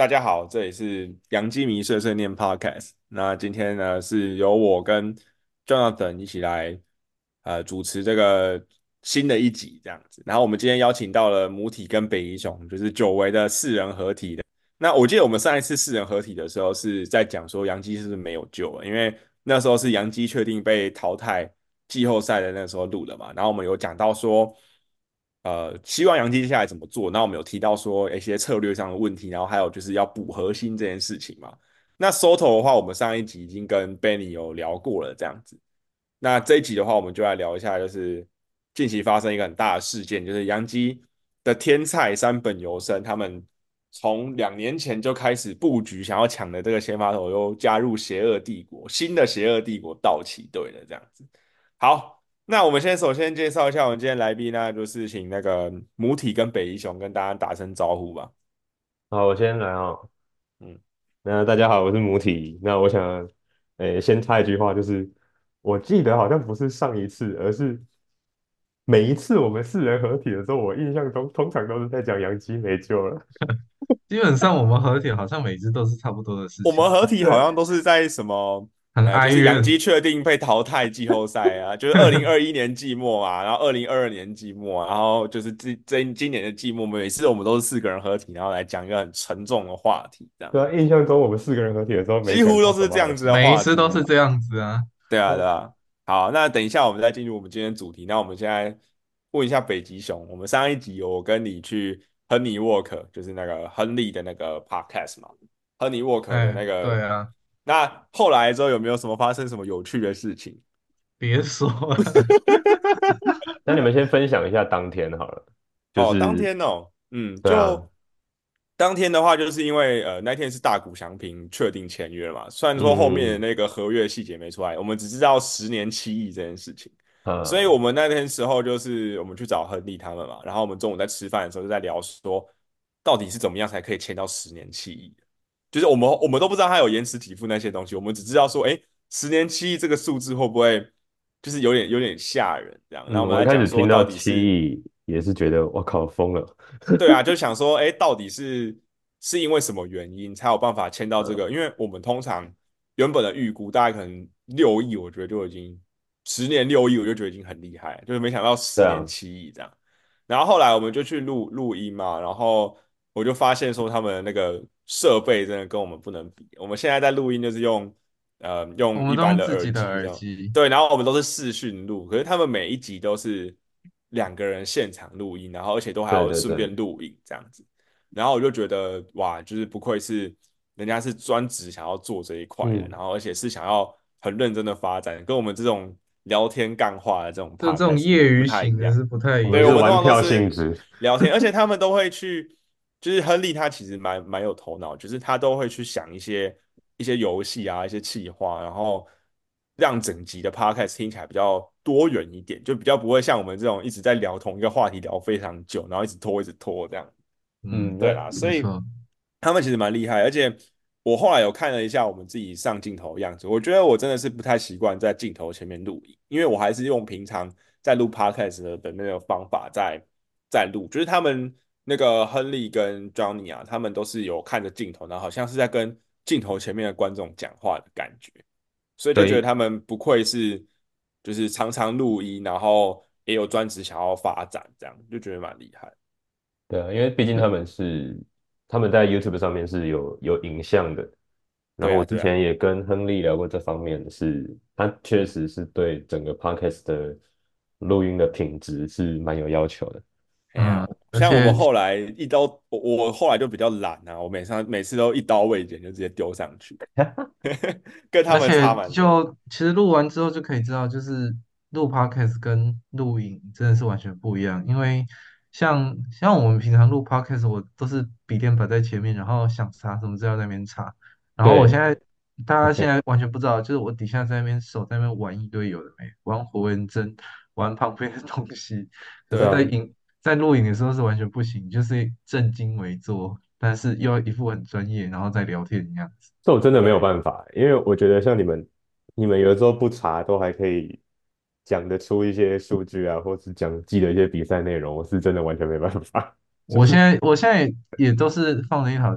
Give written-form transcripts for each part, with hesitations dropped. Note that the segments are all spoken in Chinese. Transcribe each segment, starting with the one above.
大家好，这里是洋基迷碎碎念 Podcast。那今天呢，是由我跟 Jonathan 一起来主持这个新的一集这样子。然后我们今天邀请到了母体跟北极熊，就是久违的四人合体的。那我记得我们上一次四人合体的时候是在讲说洋基是不是没有救了，因为那时候是洋基确定被淘汰季后赛的那时候录的嘛。然后我们有讲到说。希望杨基接下来怎么做？那我们有提到说一些策略上的问题，然后还有就是要补核心这件事情嘛。那 Soto 的话，我们上一集已经跟 Benny 有聊过了，这样子。那这一集的话，我们就来聊一下，就是近期发生一个很大的事件，就是杨基的天菜山本由伸，他们从2年前就开始布局，想要抢的这个先发投又加入邪恶帝国，新的邪恶帝国道奇队了，这样子。好，那我们首先介绍一下我们今天来宾那就是请那个母体跟北极熊跟大家打声招呼吧。 好，我先来哦。 嗯， 那大家好，我是母体。那我想，先插一句话，就是我记得好像不是上一次，而是每一次我们四人合体的时候，我印象中通常都是在讲杨基没救了。 基本上我们合体好像每次都是差不多的事情， 我们合体好对像都是在什么很就是洋哀怨。 基确定被淘汰季后赛啊，就是2021年季末啊，然后2022年季末啊，然后就是今年的季末，每次我们都是四个人合体，然后来讲一个很沉重的话题，这样对啊，印象中我们四个人合体的时候没几乎都讲到什是这样子么好事。 的话每一次题啊。 都是这样子啊。 对啊，对对， 啊。好，那等一下我们再进入我们今天的主题。那我们现在问一下北极熊，我们上一集我跟你去亨利沃克，就是那个亨利的那个 podcast 嘛，亨利沃克的哎， 那个。 对啊， 那后来之后有没有发生什么有趣的事情？ 别说了。 那你们先分享一下当天好了，就哦，当是天哦， 对啊， 当天的话，就是因为那天是大谷翔平确定签约了嘛，虽然说后面的嗯那个合约细节没出来，我们只知道10年7亿这件事情，所以呃， 我们那天时候就是我们去找亨利他们嘛，然后我们中午在吃饭的时候就在聊说，到底是怎么样才可以签到10年7亿，就是我们都不知道他有延迟给付那些东西，我们只知道说，哎，10年7亿这个数字会不会就是有点吓人这样，然后我们我一开来讲说始听到到底是。 七亿也是觉得我靠疯了。 对啊，就想说，哎，到底是因为什么原因才有办法签到这个？因为我们通常原本的预估大概可能六亿，我觉得就已经10年6亿，我就觉得已经很厉害了，就是没想到十年对啊， 七亿这样。然后后来我们就去录音嘛，然后我就发现说他们的那个设备真的跟我们不能比。我们现在在录音就是我用一们都用般的耳自己的耳机这样， 机。 对，然后我们都是视讯录，可是他们每一集都是2个人现场录音，然后而且都还要顺对对对， 便录影这样子，然后我就觉得哇，就是不愧是人家是专职想要做这一块的， 嗯， 然后而且是想要很认真的发展，跟我们这种聊天干话的这种就这种 podcast 不业余太一样。 型的是不太我们一样。 对，我们通是玩票性常都是质。 聊天，而且他们都会去，就是亨利他其实蛮有头脑，就是他都会去想一些游戏啊，一些企划，然后让整集的 podcast 听起来比较多元一点，就比较不会像我们这种一直在聊同一个话题聊非常久，然后一直拖这样。 嗯， 对啦，所以没错。 他们其实蛮厉害，而且我后来有看了一下我们自己上镜头的样子，我觉得我真的是不太习惯在镜头前面录影，因为我还是用平常在录 podcast 的那个方法在录，就是他们那个亨利跟 Johnny 啊，他们都是有看着镜头，然后好像是在跟镜头前面的观众讲话的感觉，所以就觉得对他们不愧是就是常常录音，然后也有专职想要发展，这样就觉得蛮厉害。 对啊，因为毕竟他们在 YouTube 上面是有影像的，然后对啊， 我之对啊。 前也跟亨利聊过这方面的事，他确实是对整个 Podcast 的录音的品质是蛮有要求的。 哎呀，像我们而且后来一刀，我后来就比较懒啊，我每次都一刀未剪就直接丢上去，跟他们而且差蛮多。 就其实录完之后就可以知道，就是录 podcast 跟录影真的是完全不一样。因为像我们平常录 podcast，我都是笔电摆在前面，然后想查什么资料在那边查。然后我现对， 在大家现在完全不知道，就是我底下在那边手在那边玩一堆有的没，玩火纹针，玩旁边的东西。可是， 对啊， 在录影的时候是完全不行，就是正襟危坐，但是又要一副很专业，然后再聊天一样子。 这我真的没有对， 办法，因为我觉得像你们有的时候不查都还可以讲得出一些数据啊，或是记得一些比赛内容，我是真的完全没办法。就是我现在也都是放着一台在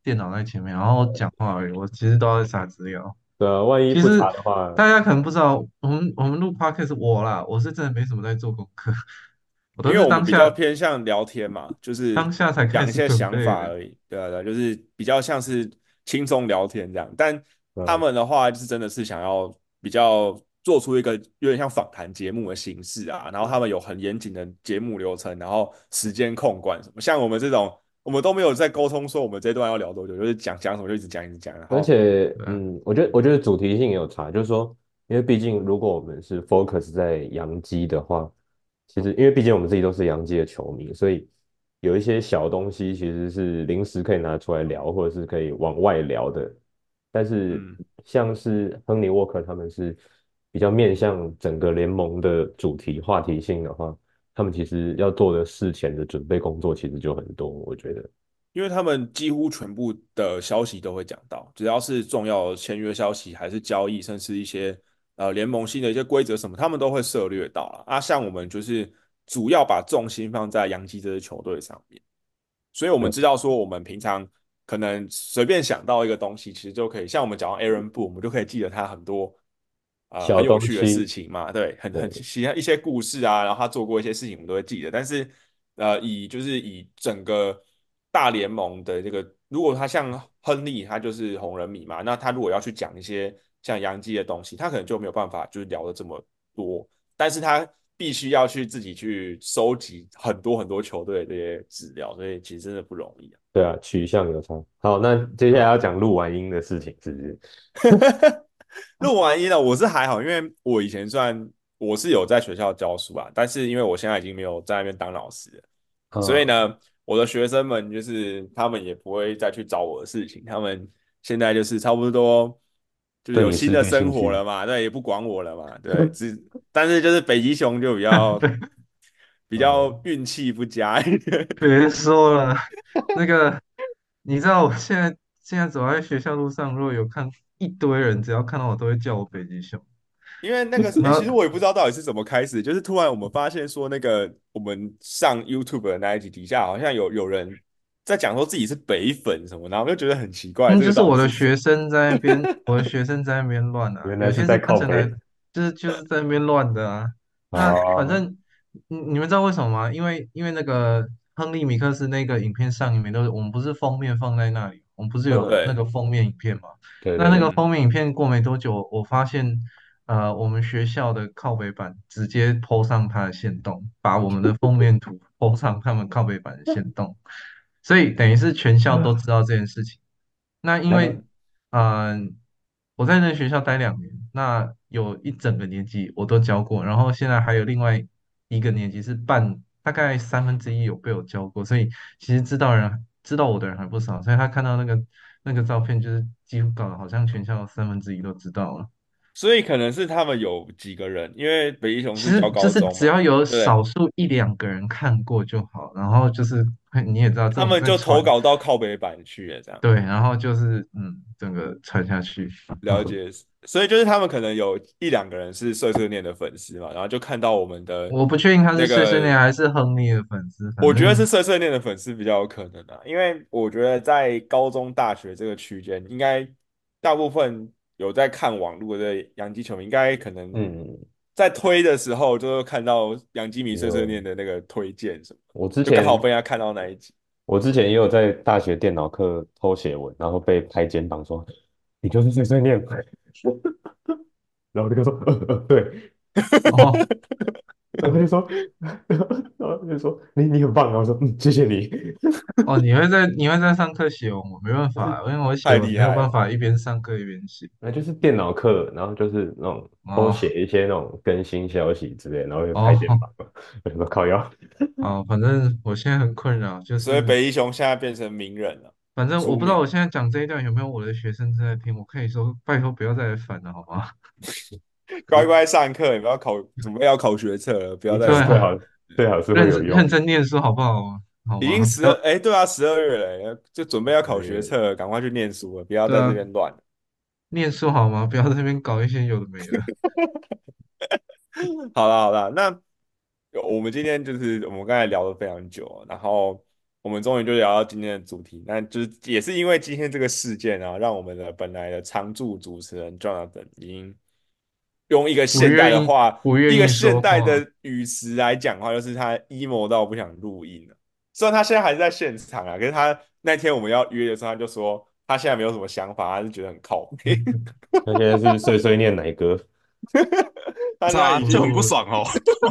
电脑在前面，然后讲话而已。我其实都在查资料。 对啊，万一不其实查的话， 大家可能不知道，我们录 podcast 我啦，我是真的没什么在做功课，我都因为是我们比较偏向聊天嘛，就是当下才开始讲一些想准备的。 法而已，对啊，对啊，就是比较像是轻松聊天这样。但他嗯， 们的话，就是真的是想要比较做出一个有点像访谈节目的形式啊，然后他们有很严谨的节目流程，然后时间控管什么。像我们这种，我们都没有在沟通说我们这段要聊多久，就是讲什么就一直讲一直讲，然而后且， 对啊， 我觉得主题性也有差，就是说，因为毕竟如果我们是 focus 在洋基的话，其实因为毕竟我们自己都是洋基的球迷，所以有一些小东西其实是临时可以拿出来聊，或者是可以往外聊的。但是嗯。 像是亨利沃克他们是比较面向整个联盟的主题话题性的话，他们其实要做的事前的准备工作其实就很多，我觉得。 因为他们几乎全部的消息都会讲到，只要是重要的签约消息，还是交易，甚至一些联盟新的一些规则什么，他们都会涉略到了。啊，像我们就是主要把重心放在洋基这支球队上面，所以我们对， 知道说，我们平常可能随便想到一个东西，其实就可以，像我们讲到 Aaron b o o 我们就可以记得他很多很小有趣的事东西， 情嘛，对，很对， 其他一些故事啊，然后他做过一些事情，我们都会记得。但是以整个大联盟的这个，如果他像亨利，他就是红人迷嘛，那他如果要去讲一些像洋基的东西，他可能就没有办法就是聊的这么多，但是他必须要去自己去收集很多很多球队的这些资料，所以其实真的不容易啊。 对啊，取向有差。好，那接下来要对吧？ 讲录完音的事情，是不是？ 录完音了，我是还好，因为我以前我是有在学校教书啊，但是因为我现在已经没有在那边当老师了，所以嗯， 呢，我的学生们就是他们也不会再去找我的事情，他们现在就是差不多就是对你失有新的生去兴趣。 活了嘛，对，也不管我了嘛，对，但是就是北极熊就比较对， 比较嗯， 运气不佳一点。 别说了，那个你知道我现在走在学校路上，如果有看一堆人，只要看到我都会叫我北极熊。 因为那个是， 然后其实我也不知道到底是怎么开始，就是突然我们发现说，那个我们上 YouTube 的那一集底下好像有人在讲说自己是北粉什么，然后我就觉得很奇怪，这个就是到底是什么？ 我的学生在那边乱啊， 原来是在有些是真诚来， 靠北。 就是在那边乱的啊。那反哦， 正你们知道为什么吗？因为那个亨利米克斯那个影片上映面都是我们不是封面放在那里，我们不是有嗯， 那对， 个封面影片吗？那那对对对， 个封嗯， 面影片过没多久，我发现我们学校的靠北版直接 po 上它的线动，把我们的封面图 po 上他们靠北版的线动，所以等于是全校都知道这件事情。那因为， 那我在那学校待2年，那有一整个年级我都教过，然后现在还有另外一个年级是大概1/3有被我教过，所以其实知道我的人还不少，所以他看到那个照片，就是几乎搞得好像全校1/3都知道了。 所以可能是他们有几个人，因为北一雄其实是教就是高中嘛， 只要有对不对？ 少数1两个人看过就好，然后就是你也知道这他们就投种在传。 稿到靠北版去了，这样对，然后就是整个传下去。 了解。所以就是他们可能有一两个人是碎碎念的粉丝嘛，然后就看到我们的我不确定他是那个碎碎念还是亨利的粉丝，反我觉得是正碎碎念的粉丝比较有可能啊，因为我觉得在高中、大学这个区间，应该大部分有在看网络的洋基球迷，应该可能嗯， 在推的时候就会看到洋基迷碎碎有念的那个推荐什么的， 我之就刚好前被他看到那一集。 我之前也有在大学电脑课偷写文，然后被拍肩膀说你就是碎碎念，然后我就说对， 哦然后他就说然后他就说你很棒，然后我说谢谢你， 哦，你会在上课写文，我没办法，因为我写太文没有厉害了， 办法一边上课一边写。 那就是电脑课，然后就是那种偷哦写一些那种更新消息之类，然后就拍肩哦膀，我就说靠腰， 哦，反正我现在很困扰，就是所以北一雄现在变成名人了， 反正我不知道我出名。 现在讲这一段有没有我的学生正在听，我可以说拜托不要再来烦了，好吗？ 乖乖上课，你不要准备要考学测了，不要你再上了。 对啊， 最好是会认真认有用， 真念书好不好？好已经吗？不要， 哎，对啊，12月了，就准备要考学对， 测了，赶快去念书了，不要在这对啊， 边乱。 念书好吗？不要在那边搞一些有的没的。 好了好了，那我们今天就是我们刚才聊了非常久，然后我们终于就聊到今天的主题，那就是也是因为今天这个事件啊，让我们的本来的常驻主持人 Jonathan 已经用一个现代不愿意的话， 不愿意一个现说话。 代的语词来讲话，就是他 emo 到不想录音了。虽然他现在还是在现场啊，可是他那天我们要约的时候，他就说他现在没有什么想法，他是觉得很靠北， 那现在是碎碎念奶哥。 他现在是啊，就很不已经不， 爽哦。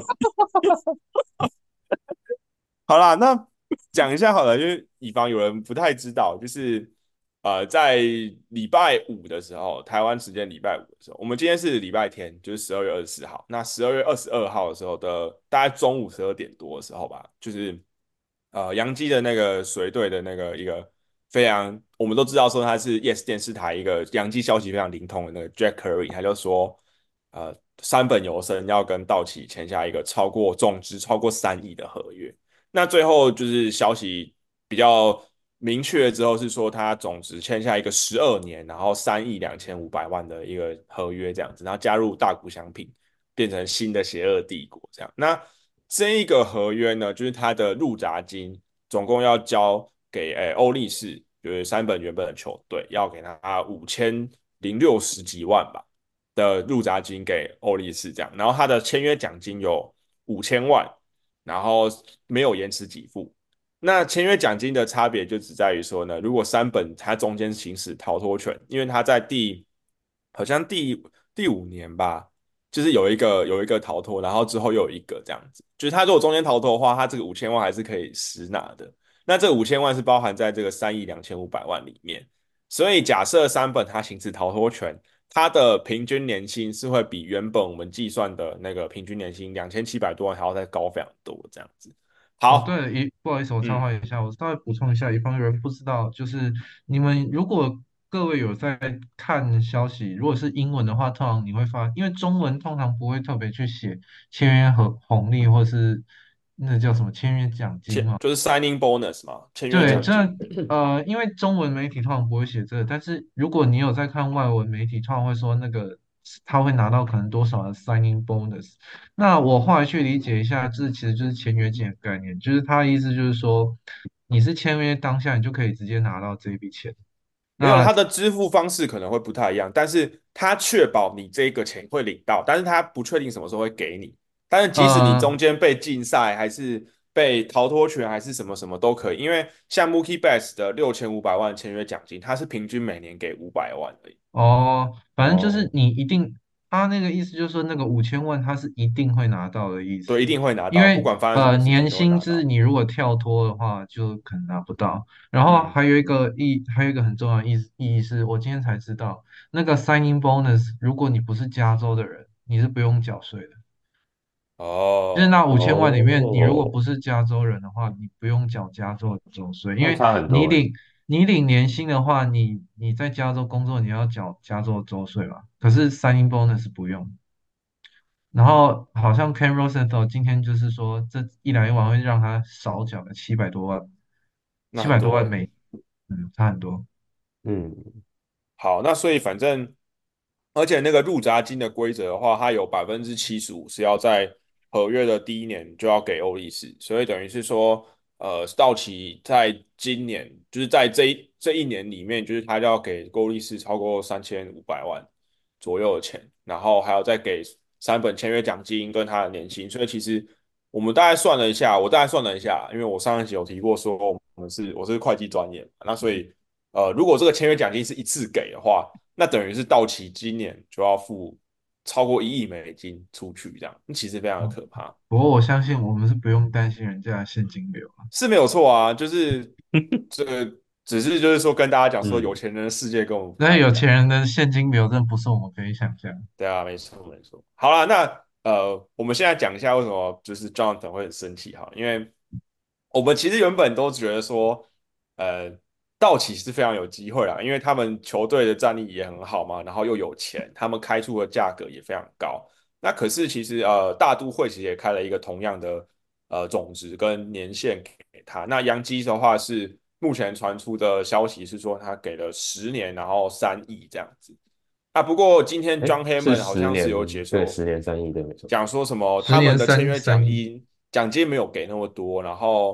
好啦，那讲一下好了，因为以防有人不太知道，就是在礼拜五的时候，台湾时间礼拜五的时候，我们今天是礼拜天，就是12月24号。那12月22号的时候的大概中午12点多的时候吧，就是洋基的那个随队的那个一个非常，我们都知道说他是 Yes 电视台一个洋基消息非常灵通的那个 Jack Curry，他就说山本由伸要跟道奇签下一个总值超过3亿的合约。那最后就是消息比较明确之后是说，他总值签下一个12年，然后3亿2500万的一个合约这样子，然后加入大谷翔平，变成新的邪恶帝国这样。那这一个合约呢，就是他的入闸金总共要交给欧力士，就是山本原本的球队，要给他5060几万吧的入闸金给欧力士这样，然后他的签约奖金有5000万，然后没有延迟给付。那签约奖金的差别就只在于说呢，如果三本他中间行使逃脱权，因为他在好像第5年吧，就是有一个逃脱，然后之后又有一个这样子，就是他如果中间逃脱的话，他这个5000万还是可以实拿的。那这个5000万是包含在这个3亿2500万里面，所以假设三本他行使逃脱权，他的平均年薪是会比原本我们计算的那个平均年薪2700多万还要再高非常多这样子。 哦， 好， 对了，不好意思，我插嗯， 话一下，我稍微补充一下，以防有人不知道，就是你们如果各位有在看消息，如果是英文的话，通常你会发，因为中文通常不会特别去写签约和红利，或是那叫什么签约奖金嘛。 就是 signing bonus 嘛，签约对， 奖金。 因为中文媒体通常不会写这个，但是如果你有在看外文媒体，通常会说那个他会拿到可能多少的 signing bonus。那我后来去理解一下，这其实就是签约金的概念，就是他的意思就是说，你是签约当下你就可以直接拿到这一笔钱。 没有， 那它的支付方式可能会不太一样，但是它确保你这个钱会领到，但是它不确定什么时候会给你。但是即使你呃中间被禁赛，还是被逃脱权，还是什么什么都可以，因为像 Mookie Betts 的6500万签约奖金，它是平均每年给500万而已。 哦，反正就是哦， 你一定，他那个意思就是说，那个5000万他是一定会拿到的意对，一思， 定会拿到，不因为管发生什么事情年都会拿到。 薪就是你如果跳脱的话，就可能拿不到。然后嗯， 还有一个很重要的意义是，我今天才知道，那个 signing bonus，如果你不是加州的人，你是不用缴税的。就是哦， 那5000万里面，你如果哦， 不是加州人的话，你不用缴加州的州税，因那为差很多诶。 你领你领年薪的话，你在加州工作，你要缴加州的州税嘛。可是 signing bonus 不用。然后好像 Ken Rosenthal 今天就是说，这一来一往会让他少缴了700多万， 那七百多很多诶。 万美，差很多。 嗯， 好，那所以反正，而且那个入闸金的规则的话，它有75%是要在合约的第1年就要给欧力士，所以等于是说，道奇在今年就是在这一年里面，就是他就要给欧力士超过3500万左右的钱，然后还要再给三本签约奖金跟他的年薪，所以其实我们大概算了一下，我大概算了一下，因为我上一集有提过说我是会计专业嘛，那所以。如果这个签约奖金是一次给的话，那等于是道奇今年就要付超过1亿美金出去，这样其实非常的哦， 可怕， 不过我相信我们是不用担心人家的现金流啊。 是没有错啊。就是这个，只是就是说跟大家讲说，有嗯， 钱人的世界跟我们不那有太一样。 钱人的现金流真的不是我们可以想象。 对啊，没错没错。好了，那我们现在讲一下为什么就是 Jonathan 会很生气哈，因为我们其实原本都觉得说，呃，道奇是非常有机会啦，因为他们球队的战力也很好嘛，然后又有钱，他们开出的价格也非常高。那可是其实大都会其实也开了一个同样的种子跟年限给他。那洋基的话是目前传出的消息是说他给了10年，然后3亿这样子。啊，不过今天哎， John 是 Hammond 好像是十年， 有解对， 说， 10年3亿，对，没错。 讲说什么十年他们的签约三亿。 奖金没有给那么多，然后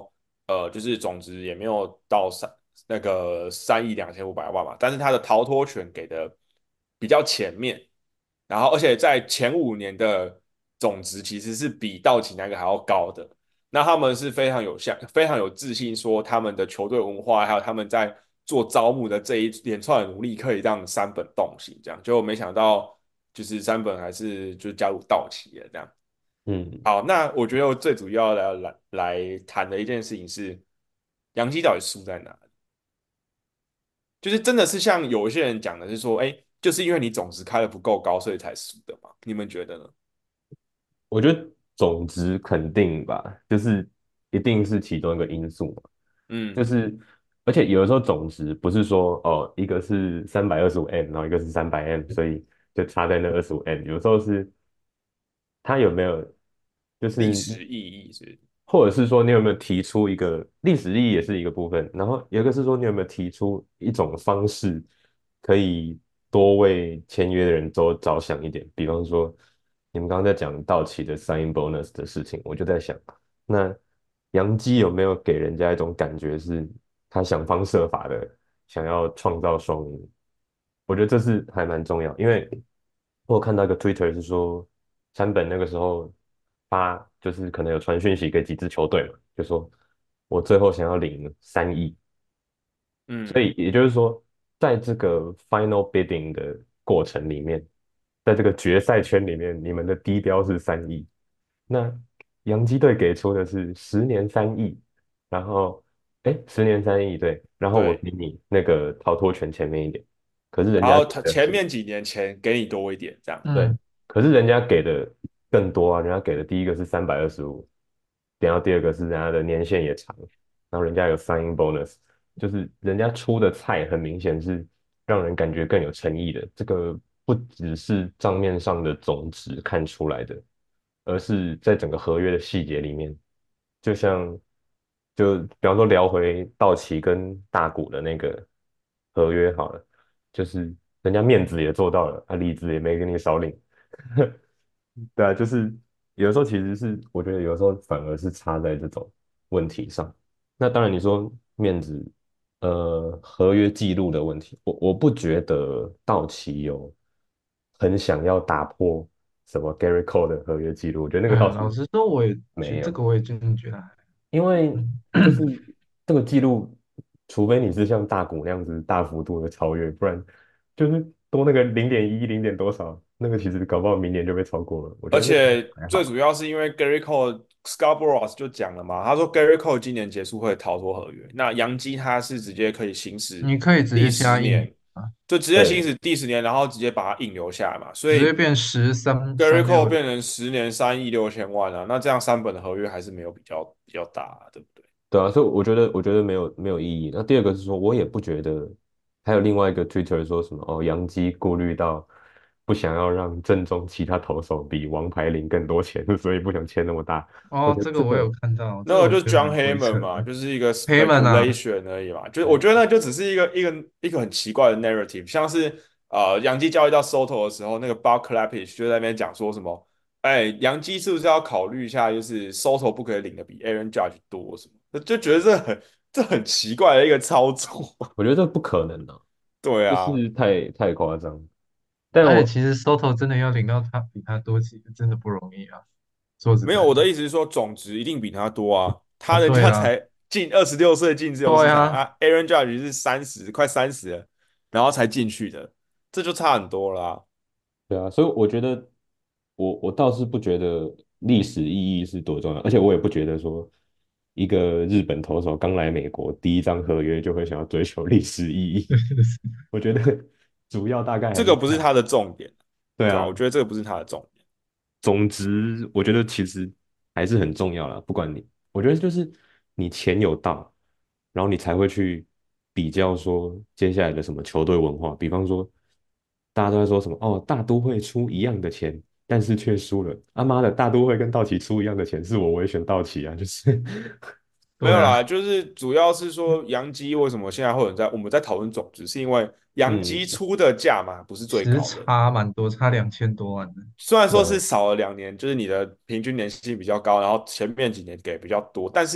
就是总值也没有到3亿2500万嘛，但是他的逃脱权给的比较前面，然后而且在前5年的总值其实是比道奇那个还要高的。那他们是非常有自信，说他们的球队文化还有他们在做招募的这一连串的努力，可以让山本动心。这样，就没想到就是山本还是就加入道奇了这样。 嗯， 好，那我觉得我最主要的来谈的一件事情是，杨基到底输在哪里？就是真的是像有一些人讲的是说，哎，就是因为你总值开的不够高，所以才输的嘛？你们觉得呢？ 我觉得总值肯定吧，就是一定是其中一个因素嘛。就嗯是而且有的时候总值不是说哦，一个是325M，然后一个是300M，所以就差在那25M。有时候是它有没有，就是历史意义是或者是说你有没有提出一个历史意义也是一个部分，然后有一个是说你有没有提出一种方式，可以多为签约的人多着想一点。比方说，你们刚刚在讲道奇的 sign bonus 的事情，我就在想，那杨基有没有给人家一种感觉是他想方设法的想要创造双赢？我觉得这是还蛮重要，因为我有看到一个 Twitter 是说，山本那个时候发就是可能有传讯息给几支球队嘛，就说我最后想要领3亿，所嗯， 以也就是说，在这个 final bidding 的过程里面，在这个决赛圈里面，你们的低标是3亿，那洋基队给出的是10年3亿，然后10年3亿对，然后我对。 给你那个逃脱权前面一点，可是人然后他家给的前面几年前给你多一点，这样。 对， 嗯， 可是人家给的更多啊，人家给的第一个是325，然后第二个是人家的年限也长，然后人家有 signing bonus，就是人家出的菜很明显是让人感觉更有诚意的，这个不只是账面上的总值看出来的，而是在整个合约的细节里面，就像比方说聊回道奇跟大谷的那个合约好了。就是人家面子也做到了，啊，里子也没给你少领。对啊，就是有的时候其实是我觉得有的时候反而是差在这种问题上。那当然你说面子，合约记录的问题，我不觉得道奇有很想要打破什么 Gary Cole 的合约记录，我觉得那个倒是老实说，我也觉没有。 得这个，我也真的觉得还， 因为嗯， 就是这个记录，除非你是像大谷那样子大幅度的超越，不然就是多那个0.1零点多少，那个其实搞不好明年就被超过了。我觉而得那个且最主还好。 要是因为 Gary Cole Scarborough 就讲了嘛，他说 Gary Cole 今年结束会逃脱合约，那杨基他是直接可以行使你可以直接第加印十年， 啊， 就直接行对使第10年，然后直接把它硬留下来嘛，所以直接变13 Gary Cole 360， 变成10年3亿6000万啊，那这样三本的合约还是没有比较大啊，对不对？ 对啊，所以我觉得没有意义。那第二个是说，我也不觉得，还有另外一个 Twitter 说什么哦，杨基顾虑到不想要让正中其他投手比王牌领更多钱，所以不想签那么大。我哦， 觉得这个我有看到，这个那个就是我觉得 John 蛮鬼 Heyman 嘛， 扯的。 就是一个黑门啊， speculation 而已嘛，就是我对觉得那就只是一个很奇怪的 narrative，像是洋基交易到 Soto 的时候，那个 Bob Klapisch 就在那边讲说什么，哎，洋基是不是要考虑一下，就是 Soto 不可以领的比 Aaron Judge 多什么，就觉得这很奇怪的一个操作。 我觉得这不可能啊。 对啊， 就是太夸张。但我而且其实 Soto 真的要领到他比他多，其实真的不容易啊。说实没有，我在的， 的意思是说总值一定比他多啊，他哦， 人对啦， 家才进26岁进自由对啊， 市场啊，Aaron Judge 是快30了，然后才进去的，这就差很多啦。 对啊，所以我觉得我倒是不觉得历史意义是多重要，而且我也不觉得说一个日本投手刚来美国第一张合约就会想要追求历史意义。我觉得主要大概还这是看， 个不是他的重点，对吧？ 对啊， 我觉得这个不是他的重点。 总之，我觉得其实还是很重要啦。不管你，我觉得就是你钱有到，然后你才会去比较说接下来的什么球队文化。比方说，大家都在说什么哦，大都会出一样的钱，但是却输了。他妈的，大都会跟道奇出一样的钱，是我会选道奇啊，就是对啊， 没有啦，就是主要是说洋基为什么现在会有人我们在讨论种子，是因为洋基嗯， 出的价码不是最其实高的， 差蛮多，差2000多万的。 虽然说是对啊， 少了2年，就是你的平均年薪比较高，然后前面几年给比较多，但是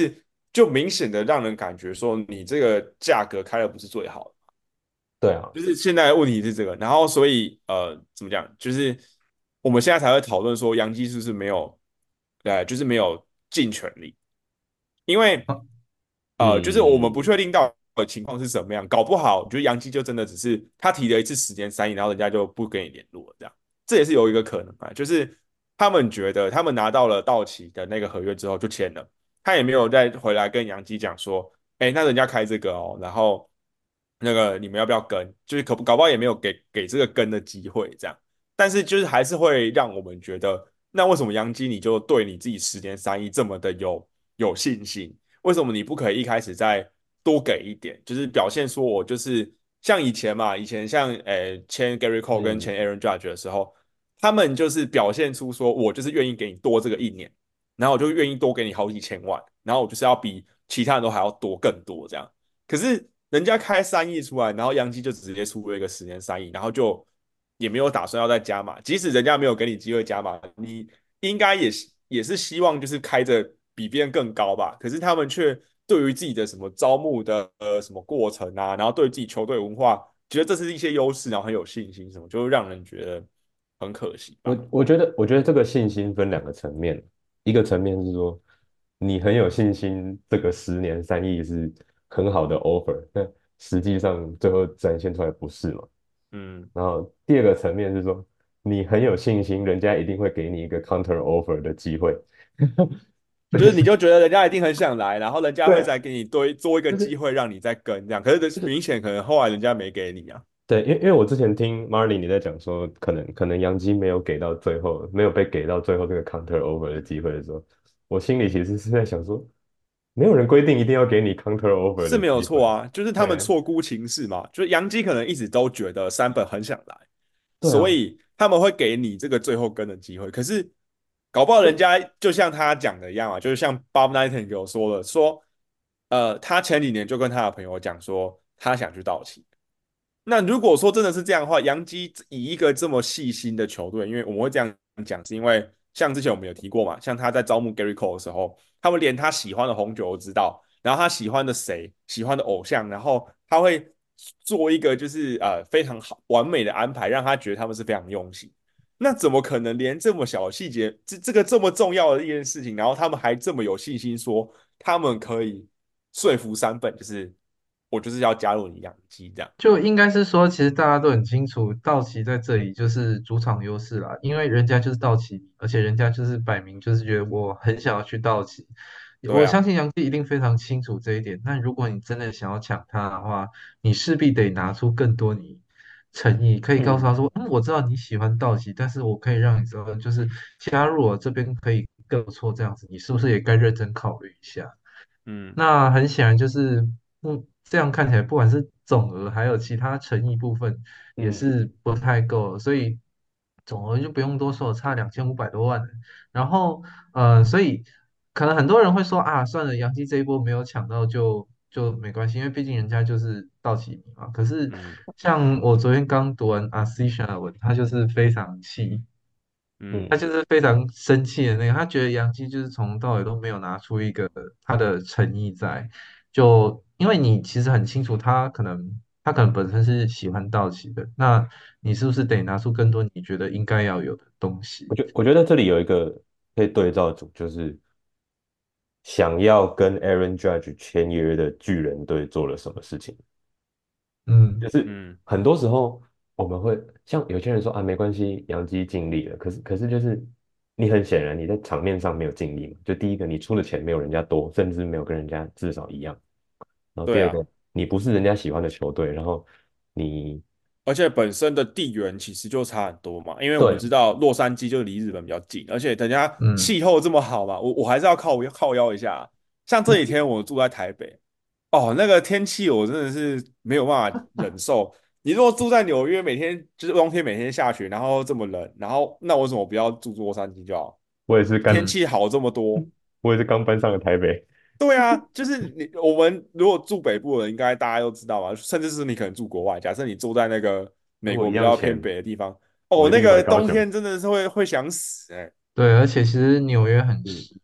就明显的让人感觉说你这个价格开的不是最好的。 对啊， 就是现在的问题是这个，然后所以怎么讲？就是我们现在才会讨论说杨基是不是没有，就是没有尽全力，因为就是我们不确嗯， 定到的情况是什么样，搞不好，我觉得杨基就真的只是他提了一次10年3亿，然后人家就不跟你联络了，这样，这也是有一个可能啊，就是他们觉得他们拿到了道奇的那个合约之后就签了，他也没有再回来跟杨基讲说，哎，那人家开这个哦，然后那个你们要不要跟？就是搞不好也没有给这个跟的机会，这样，但是就是还是会让我们觉得，那为什么杨基你就对你自己10年3亿这么的有信心？为什么你不可以一开始再多给一点？就是表现说我就是像以前嘛，以前像签 Gary Cole 跟嗯， 签 Aaron Judge 的时候，他们就是表现出说我就是愿意给你多这个1年，然后我就愿意多给你好几千万，然后我就是要比其他人都还要多更多这样。可是人家开3亿出来，然后杨基就直接出了一个10年3亿，然后就也没有打算要再加码。即使人家没有给你机会加码，你应该也是希望就是开着比别人更高吧。可是他们却对于自己的什么招募的什么过程啊，然后对自己球队文化，觉得这是一些优势，然后很有信心，什么就会让人觉得很可惜吧。 我觉得这个信心分两个层面，一个层面是说你很有信心，这个10年3亿是很好的 offer，但实际上最后展现出来不是嘛。 嗯， 然后第二个层面是说你很有信心，人家一定会给你一个 counter offer 的机会。 就是你就觉得人家一定很想来，然后人家会对， 再给你多一个就是机会让你再跟这样。可是明显可能后来人家没给你啊。 对，因为我之前听 Marley 你在讲说，可能杨基没有给到最后，没有被给到最后这个 counter over 的机会的时候，我心里其实是在想说，没有人规定一定要给你 counter over 是没有的机会。 错啊，就是他们对错估情势嘛，就是杨基可能一直都觉得山本很想来， 对啊， 所以他们会给你这个最后跟的机会。可是搞不好人家就像他讲的一样啊，就是像 Bob Nightingale 说的，说他前几年就跟他的朋友讲说他想去道奇，那如果说真的是这样的话，洋基以一个这么细心的球队，因为我们会这样讲，是因为像之前我们有提过嘛，像他在招募 Gary Cole 的时候，他们连他喜欢的红酒都知道，然后他喜欢的谁、喜欢的偶像，然后他会做一个就是非常好完美的安排，让他觉得他们是非常用心。那怎么可能连这么小的细节，这个这么重要的一件事情，然后他们还这么有信心说他们可以说服三本，就是我就是要加入你洋基这样。 就应该是说，其实大家都很清楚，道奇在这里就是主场优势啦，因为人家就是道奇，而且人家就是摆明就是觉得我很想要去道奇， 对啊， 我相信杨基一定非常清楚这一点。但如果你真的想要抢他的话，你势必得拿出更多你诚意，可以告诉他嗯说，我知道你喜欢道奇，但是我可以让你知道，就是加入我这边可以更不错，这样子，你是不是也该认真考虑一下？ 嗯那很显然就是，这样看起来，不管是总额还有其他诚意部分，也嗯， 是不太够了，所以总额就不用多说，差2500多万了。然后所以可能很多人会说啊，算了，杨基这一波没有抢到就没关系，因为毕竟人家就是道奇迷嘛。可是嗯像我昨天刚读完阿 C 的文，他就是非常气。他嗯嗯， 就是非常生气的那个，他觉得杨基就是从头到尾都没有拿出一个他的诚意在，就因为你其实很清楚他可能本身是喜欢道奇的，那你是不是得拿出更多你觉得应该要有的东西？ 我觉得这里有一个可以对照组，就是想要跟 Aaron Judge 签约的巨人队做了什么事情。就嗯是嗯很多时候我们会像有些人说啊，没关系，杨基尽力了。可是就是你很显然你在场面上没有尽力嘛。就第一个，你出的钱没有人家多，甚至没有跟人家至少一样。然后第对啊， 二个，你不是人家喜欢的球队，然后你而且本身的地缘其实就差很多嘛，因为我们对， 知道洛杉矶就离日本比较近，而且人家嗯， 气候这么好嘛，我还是要靠腰一下啊。像这几天我住在台北，哦，那个天气我真的是没有办法忍受。你如果住在纽约，每天就是冬天每天下雪，然后这么冷，然后那我为什么不要住洛杉矶就好？ 我也是刚天气好这么多， 我也是刚搬上了台北， 对啊，就是我们如果住北部的，应该大家都知道嘛，甚至是你可能住国外，假设你住在那个美跟我一国比较偏样钱， 北的地方，哦， 我一定买那个高雄。 冬天真的是会想死哎、 对，而且其实纽约很嗯， 湿，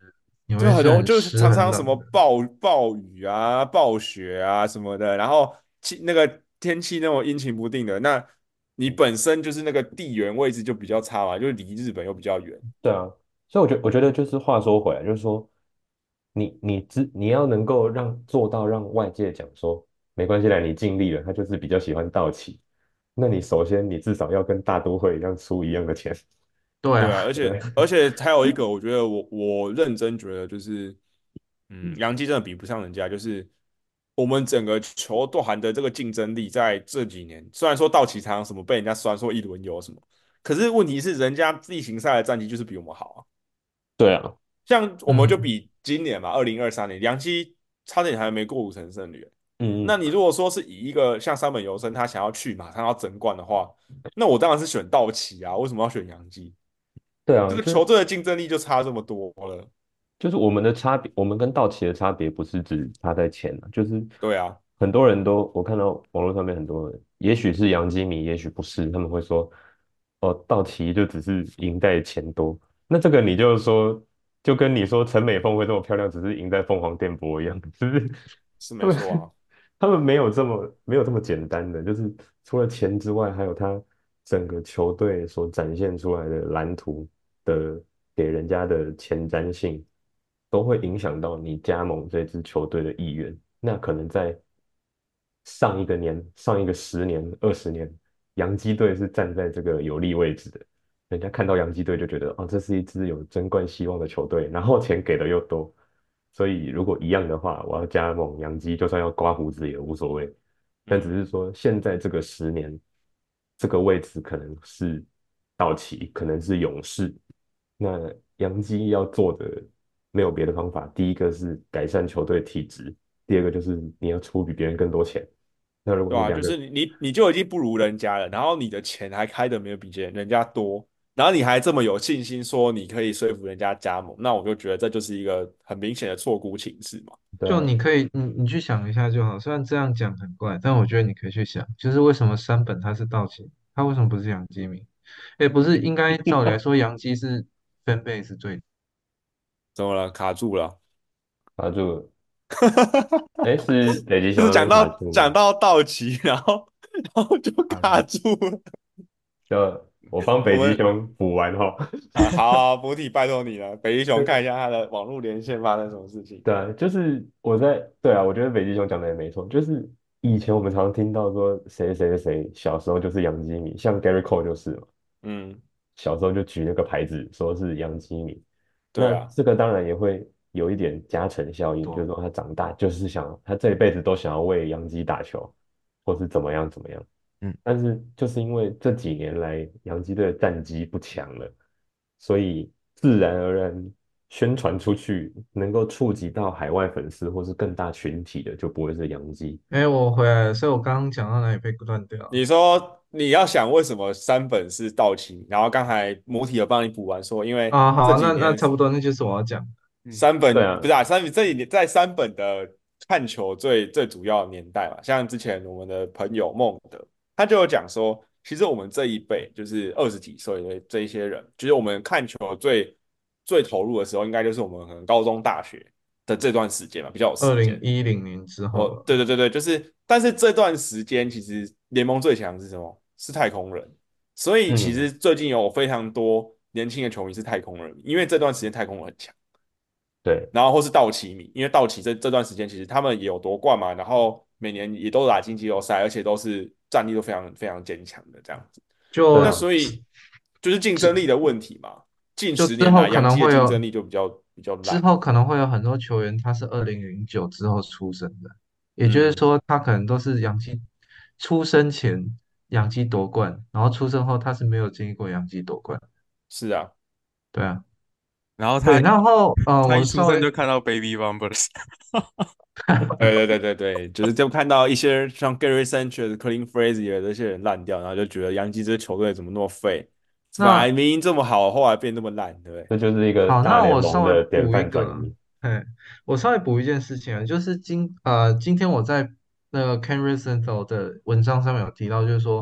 你就很容易会是很就是常湿很常什么冷的。 暴雨啊、暴雪啊什么的，然后那个天气那种阴晴不定的，那你本身就是那个地缘位置就比较差嘛，就是离日本又比较远。 对啊，所以我觉得就是话说回来，就是说你要能够做到让外界讲说没关系啦，你尽力了，他就是比较喜欢道奇。那你首先你至少要跟大都会一样出一样的钱。 对啊， 对啊，而且对， 而且还有一个，我觉得我认真觉得就是，洋基真的比不上人家，就是我们整个球团的这个竞争力在这几年，虽然说道奇常常什么被人家酸说一轮游什么，可是问题是人家例行赛的战绩就是比我们好啊。 对啊， 像我们就嗯， 比今年嘛，2023年洋基差点还没过5成胜率。那嗯， 你如果说是以一个像山本由生他想要去马上要争冠的话，那我当然是选道奇啊，为什么要选洋基？ 对啊， 这个球队的竞争力就差这么多了。 就是我们的差别，我们跟道奇的差别不是指他在钱啊，就是对啊， 很多人都，我看到网络上面很多人，也许是洋基迷，也许不是，他们会说，哦，道奇就只是赢在钱多。那这个你就说，就跟你说陈美凤会这么漂亮，只是赢在凤凰电波一样，就是是他们没错啊。 他们没有这么简单的，就是除了钱之外，还有他整个球队所展现出来的蓝图的给人家的前瞻性，都会影响到你加盟这支球队的意愿。那可能在上一个年、上一个10年、20年，洋基队是站在这个有利位置的，人家看到洋基队就觉得，哦，这是一支有争冠希望的球队，然后钱给的又多，所以如果一样的话，我要加盟洋基，就算要刮胡子也无所谓。但只嗯， 是说，现在这个10年，这个位置可能是道奇，可能是勇士。那洋基要做的没有别的方法，第一个是改善球队体质，第二个就是你要出比别人更多钱。那如果对啊，就你两个， 是你就已经不如人家了，然后你的钱还开的没有比人家多，然后你还这么有信心说你可以说服人家加盟，那我就觉得这就是一个很明显的错估情势嘛。 就对啊， 你可以，你去想一下就好。虽然这样讲很怪，但我觉得你可以去想，就是为什么山本他是道奇，他为什么不是洋基迷？诶，不是，应该照理来说，洋基是 fan base 最怎么了？卡住了？ 卡住，哎，是北极就是熊那边卡住吗？ 讲到道奇，然后就大的。 卡住了。 就我帮北极我们熊补完哈。 好啊，母体拜托你了，北极熊看一下他的网络连线发生什么事情。 对啊，就是对啊，我觉得北极熊讲的也没错，就是以前我们常听到说谁谁谁小时候就是洋基迷，像 Gary Cole 就是嘛， 嗯， 小时候就举那个牌子说是洋基迷，那对啊， 这个当然也会有一点加成效应，就是多。 说他长大就是他这一辈子都想要为洋基打球，或是怎么样怎么样， 嗯， 但是就是因为这几年来洋基队的战绩不强了，所以自然而然宣传出去，能够触及到海外粉丝或是更大群体的，就不会是洋基。 哎，我回来了，所以我刚刚讲到哪里被断掉了？ 你说你要想为什么山本是道奇，然后刚才母体有帮你补完说，因为啊， 这好，那几年差不多，那就是我要讲的。 山对啊， 本不是啊，这几年在山本的看球最主要的年代嘛，像之前我们的朋友孟德，他就有讲说，其实我们这一辈就是20几岁的这一些人，就是我们看球最投入的时候，应该就是我们可能高中、大学的这段时间嘛，比较有二时间。 零一零年之后哦， 了。 对对对对，就是，但是这段时间其实联盟最强的是什么？是太空人，所以其嗯， 实最近有非常多年轻的球迷是太空人，因为这段时间太空人很强。 对然后或是道奇迷，因为道奇这段时间其实他们也有夺冠嘛，然后每年也都打进季后赛，而且都是战力都非常非常坚强的这样子。那就对啊， 所以就是竞争力的问题嘛，近就十年来之后可洋基的竞能会有， 争力就比较烂。 之后可能会有很多球员他是2009之后出生的，也就是嗯， 说他可能都是洋基出生前洋基夺冠，然后出生后他是没有经历过洋基夺冠。 是啊， 对啊，对， 然后他然后他一出我稍微生就看到 Baby Bumpers。 对对对对对，就看到一些像 Gary Sanchez、Clint Frazier 这些人烂掉，然后就觉得洋基这支球队怎么那么废，本来那明明这么好，后来变那么烂，对不对？ 这就是一个好， 大联那我稍微盟的典补一个啊， 范转移。 嘿，我稍微补一件事情啊，就是今天我在那个 Ken Rosenthal 的文章上面有提到，就是说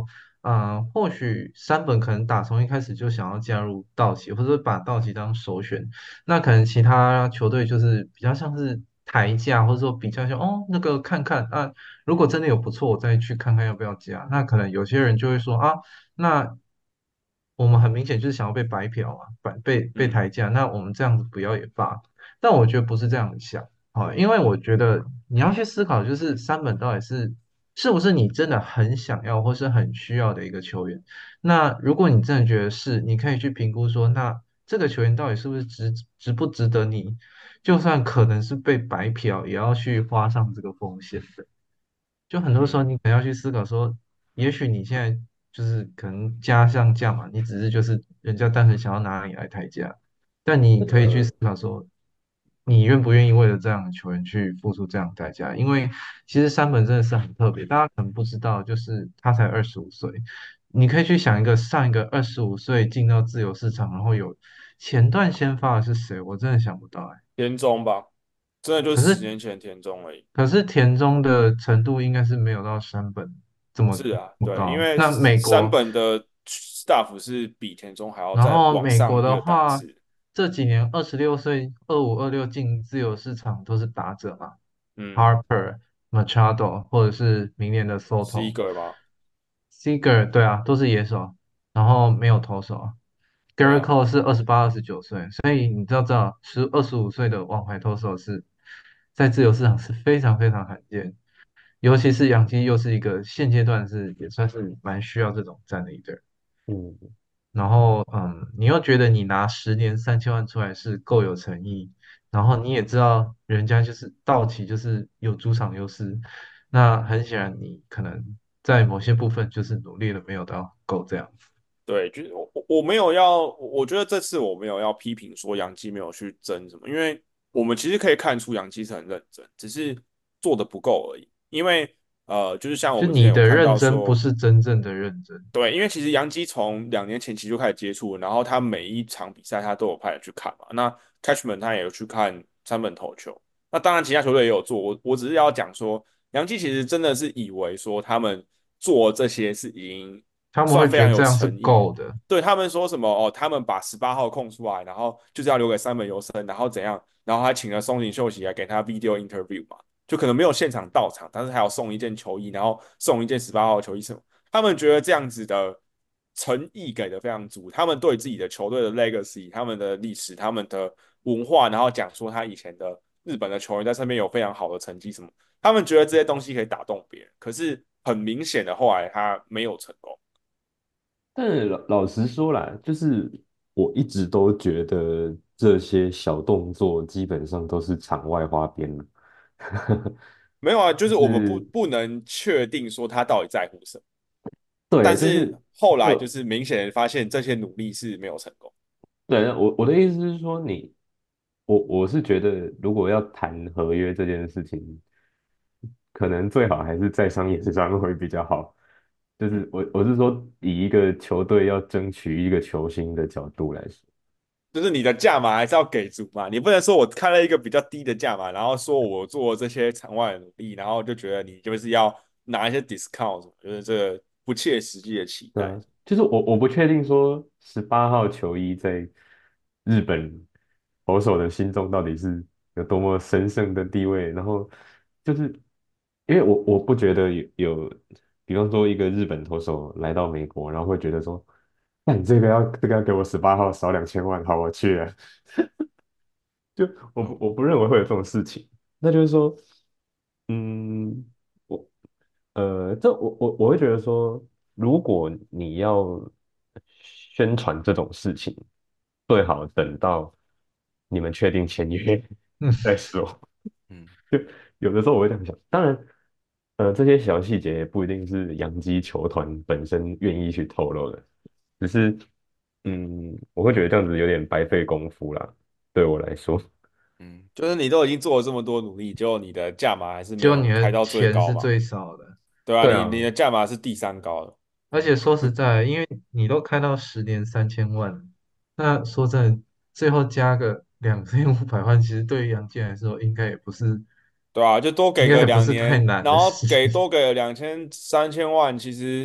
或许山本可能打从一开始就想要加入道奇，或者说把道奇当首选，那可能其他球队就是比较像是抬价，或者说比较像哦那个看看啊，如果真的有不错，我再去看看要不要加。那可能有些人就会说啊，那我们很明显就是想要被白嫖嘛，被嗯抬价，那我们这样子不要也罢。但我觉得不是这样的想。好，因为我觉得你要去思考，就是三本到底是不是你真的很想要或是很需要的一个球员。那如果你真的觉得是，你可以去评估说，那这个球员到底是不是值不值得你，就算可能是被白嫖，也要去花上这个风险的。就很多时候嗯， 你可能要去思考说，也许你现在就是可能加上价嘛，你只是就是人家单纯想要拿你来抬价，但你可以去思考说，你愿不愿意为了这样的球员去付出这样的代价？因为其实山本真的是很特别，大家可能不知道，就是他才25岁，你可以去想上一个25岁进到自由市场，然后有前段先发的是谁？我真的想不到哎。 田中吧，真的就可是 10年前田中而已。 可是田中的程度应该是没有到山本这么是啊，对，因这么高。 为那美山国， 本的 staff 是比田中还要然再后美国往上一个档的话， 次。 这几年26岁、25、26进自由市场都是打者嘛嗯 ，Harper、Machado 或者是明年的 Soto、 ，Seager 吗？ Seager，对啊，都是野手，然后没有投手。 对 Gerrit 啊， Cole 是28、29岁，所以你知道25岁的王牌投手是在自由市场是非常非常罕见。尤其是养鸡又是一个现阶段也算是蛮需要这种战力的。 嗯， 然后你又觉得你拿10年3000万出来是够有诚意，然后你也知道人家就是道奇就是有主场优势，那很显然你可能在某些部分就是努力的没有到够这样子。 对，就是我没有要，我觉得这次我没有要批评说杨基没有去争什么，因为我们其实可以看出杨基是很认真，只是做的不够而已。因为就是像我们之前就你的有看认真不到说， 是真正的认真。 对，因为其实杨基从2年前其实就开始接触，然后他每一场比赛他都有派人去看嘛。那 Catchman 他也有去看三本投球，那当然其他球队也有做。我只是要讲说，杨基其实真的是以为说他们做这些是已经他们会算非常有觉得这样是诚意。 够的。 对他们说什么哦，他们把18号空出来，然后就是要留给三本游生，然后怎样，然后还请了松井秀喜来给他 video interview 嘛，就可能没有现场到场，但是还要送一件球衣，然后送一件18号球衣什么。他们觉得这样子的诚意给的非常足，他们对自己的球队的 legacy、他们的历史、他们的文化，然后讲说他以前的日本的球员在上面有非常好的成绩什么，他们觉得这些东西可以打动别人，可是很明显的后来他没有成功。 但是老实说啦，就是我一直都觉得这些小动作基本上都是场外花边了。 没有啊，就就是我们不是不能确定说他到底在乎什么， 对， 但就是是后来就呃， 是明显的发现这些努力是没有成功。 对，那我的意思是说你，我是觉得如果要谈合约这件事情，可能最好还是在商言商会比较好。就是嗯。 我是说，以一个球队要争取一个球星的角度来说。 就是你的价码还是要给足嘛，你不能说我开了一个比较低的价码，然后说我做这些场外的努力，然后就觉得你就是要拿一些 discount 什么，就是这个不切实际的期待。 对啊，就是我不确定说18号球衣在日本投手的心中到底是有多么神圣的地位，然后就是因为我不觉得比方说一个日本投手来到美国，然后会觉得说，那你这个要给我18号少2000万，好，我去了。就嗯我不认为会有这种事情。那就是说，嗯，我我会觉得说，如果你要宣传这种事情，最好等到你们确定签约嗯， 再说。 嗯， 就有的时候我会这样想，当然，这些小细节也不一定是洋基球团本身愿意去透露的，只是，我会觉得这样子有点白费功夫啦，对我来说。 就是你都已经做了这么多努力，结果你的价码还是没就你的有开到最高嘛， 钱是最少的。 对吧、 对啊， 你的价码是第三高的。 而且说实在，因为你都开到10年3000万，那说真的，最后加个2500万，其实对于杨建来说， 对啊，就多给个应该也不两年， 是太难然后的事。 多给2000、3000万，其实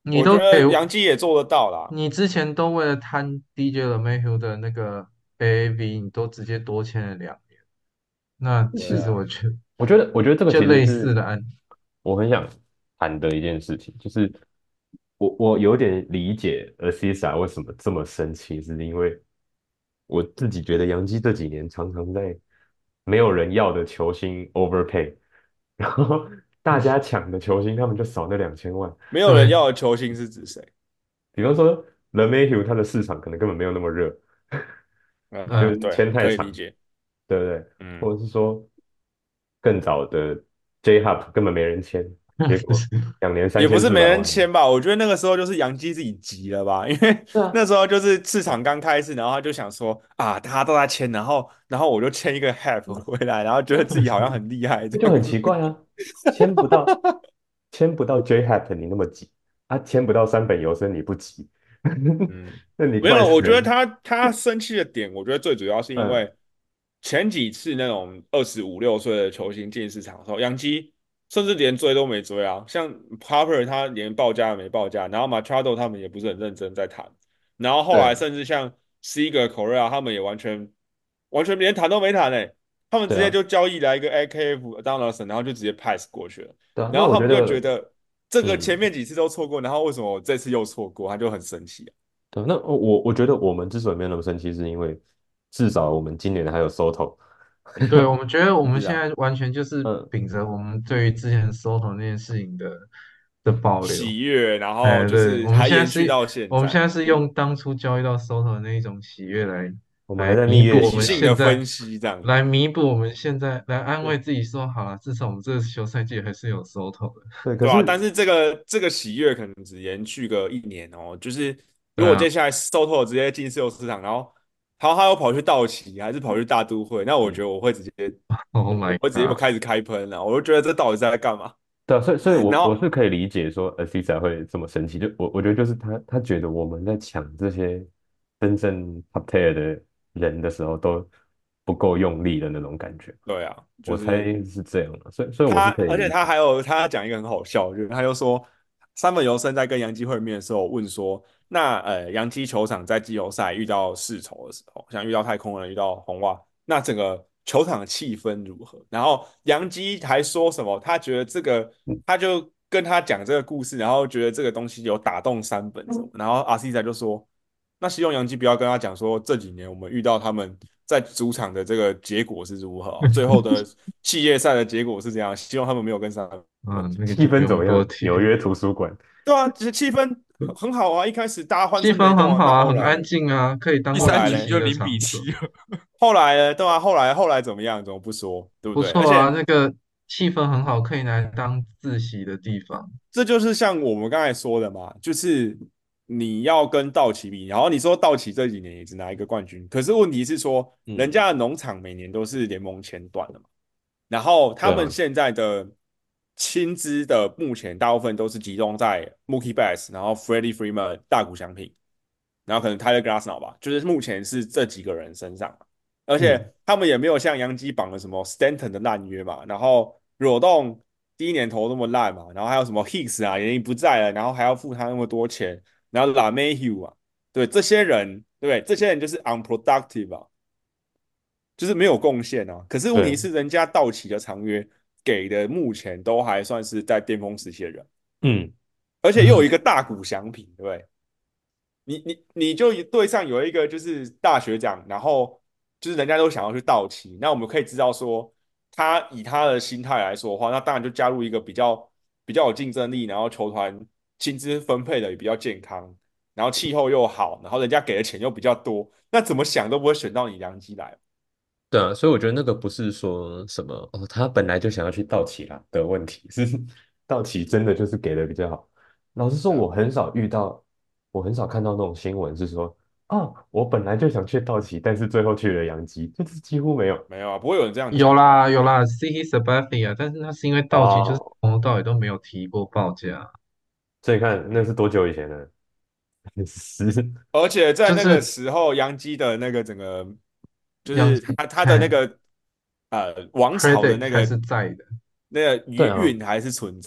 我觉你都给得杨基也做得到啦。 你之前都为了贪 DJ LeMahieu 的那个 AAV，你都直接多签了2年。那其对啊， 实我觉得我觉得这个其实就类似是的案， 我很想谈的一件事情，就是我有点理解 Asisa 为什么这么生气，是因为我自己觉得洋基这几年常常在没有人要的球星 overpay，然后大家抢的球星他们就少那2000万， 没有人对要的球星是指谁？ 比方说 LeMahieu 他的市场可能根本没有那么热，就是嗯， 对， 签太长， 可以理解。 对不对？ 嗯， 或者是说更早的 J Hop 根本没人签，结不是， 果2年三也不是没千四百万。 人签吧？我觉得那个时候就是杨基自己急了吧，因为对啊， 那时候就是市场刚开始，然后他就想说啊，大家都在签，然后我就签一个 Hap 回来，然后觉得自己好像很厉害这这就很样子。 奇怪啊，签不到签不到 J Hop 你那么急啊，签不到三本游生你不急， 嗯， 那你没有，我觉得怪死人。 他生气的点，我觉得最主要是因嗯， 为前几次那种25、26岁的球星进市场的时候，杨基甚至连追都没追啊，像 Harper 他连报价也没报价，然后 Machado 他们也不是很认真在谈，然后后对啊， 来甚至像 Seager、Correa 他们也完全连谈都没谈诶，他们直对啊， 接就交易来一个 AKF Donaldson，然后就直接 pass 过去了， 对啊，那我然后他们就觉觉得， 得这个前嗯， 面几次都错过，然后为什么我这次又错过，他就很生气啊。 对啊，那我觉得我们之所以没有那么生气，是因为至少我们今年还有 Soto， 对，我们觉得我们是啊。 现在完全就是嗯， 秉着我们对于之前 Soto 那件事情的保留。 喜悦，然后哎，对， 就是还延续到现我们现在在， 是用当初交易到 Soto 的那一种喜悦我们还来在蜜月弥补我们期啊， 理性的现在， 分析这样子。 来弥补我们现在，来安对慰自己说，好了，至少我们这个休赛季还是有 Soto 的。 对，可对吧、但是是这个喜悦可能只延续个1年哦。就是如对啊果接下来 Soto 直接进自由市场，然后他又跑去道奇，还是跑去大都会，那我觉得我会直接， ，Oh 我 my 会直接 god！ 开始开喷了。我就觉得这到底是在干嘛？ 对啊，所以我是然后可以理解说 Asisa 会这么生气，就我觉得就是他觉得我们在抢这些真正 top tier 的人的时候都不够用力的那种感觉， 对啊， 我就是猜是这样的，所以我是他， 可以理解。 而且他讲一个很好笑，就是他就说，山本由伸在跟洋基会面的时候问说，那洋基球场在季后赛遇到世仇的时候，像遇到太空人、遇到红袜，那整个球场的气氛如何？然后洋基还说什么？他觉得这个， 嗯他就跟他讲这个故事，然后觉得这个东西有打动山本什么，然后阿西仔就说。那希望杨基不要跟他讲说这几年我们遇到他们在主场的这个结果是如何哦，最后的系列赛的结果是这样，希望他们没有跟上本嗯， 讲。 那个气就不用氛怎么样？ 多提， 纽约图书馆， 对啊，其实气氛很好啊，一开始大家欢气氛声雷动啊，那很好啊，很安后来嘞， 静啊，可以当后第三自习的局就零场所， 比七了。 后来呢，对啊，后来怎么样？怎么不说？对不对？而不错啊， 且那个气氛很好，可以拿来当自习的地方。 这就是像我们刚才说的嘛，就是你要跟道奇比，然后你说道奇这几年也只拿一个冠军，可是问题是说，人嗯， 家的农场每年都是联盟前段的嘛。然后他对啊， 们现在的薪资的目前大部分都是集中在 Mookie Betts，然后 Freddie Freeman 大谷翔平，然后可能 Tyler Glasnow 吧，就是目前是这几个人身上，而嗯， 且他们也没有像洋基绑了什么 Stanton 的烂约嘛，然后rod动第一年投那么烂嘛，然后还有什么 Hicks 啊，已经不在了，然后还要付他那么多钱，然后 LaMahieu 啊，对这些人，对这些人就是 unproductive 啊，就是没有贡献啊。可是问题对， 是，人家道奇的长约给的目前都还算是在巅峰时期的人， 嗯， 而且又有嗯， 一个大股祥平，对不对？你就队上有一个就是大学长，然后就是人家都想要去道奇，那我们可以知道说，他以他的心态来说的话，那当然就加入一个比较有竞争力，然后球团薪资分配的也比较健康，然后气候又好，然后人家给的钱又比较多，那怎么想都不会选到你杨基来。 对啊，所以我觉得那个不是说什么哦，他本来就想要去道奇啦的问题，是道奇真的就是给的比较好。老实说， 对啊， 我很少看到那种新闻是说，哦，我本来就想去道奇，但是最后去了洋基，就是几乎没有。 没有啊，不会有人这样有讲啊。 啦有啦，CT Sabathia，但是那是因为道奇就是哦， 从头到尾都没有提过报价， 所以你看那是多久以前呢？十， 而且在那个就是时候，杨基的那个整个就是杨他的那看个王朝的 credit 还那个是在的， 那个对啊， 余韵还是存在的。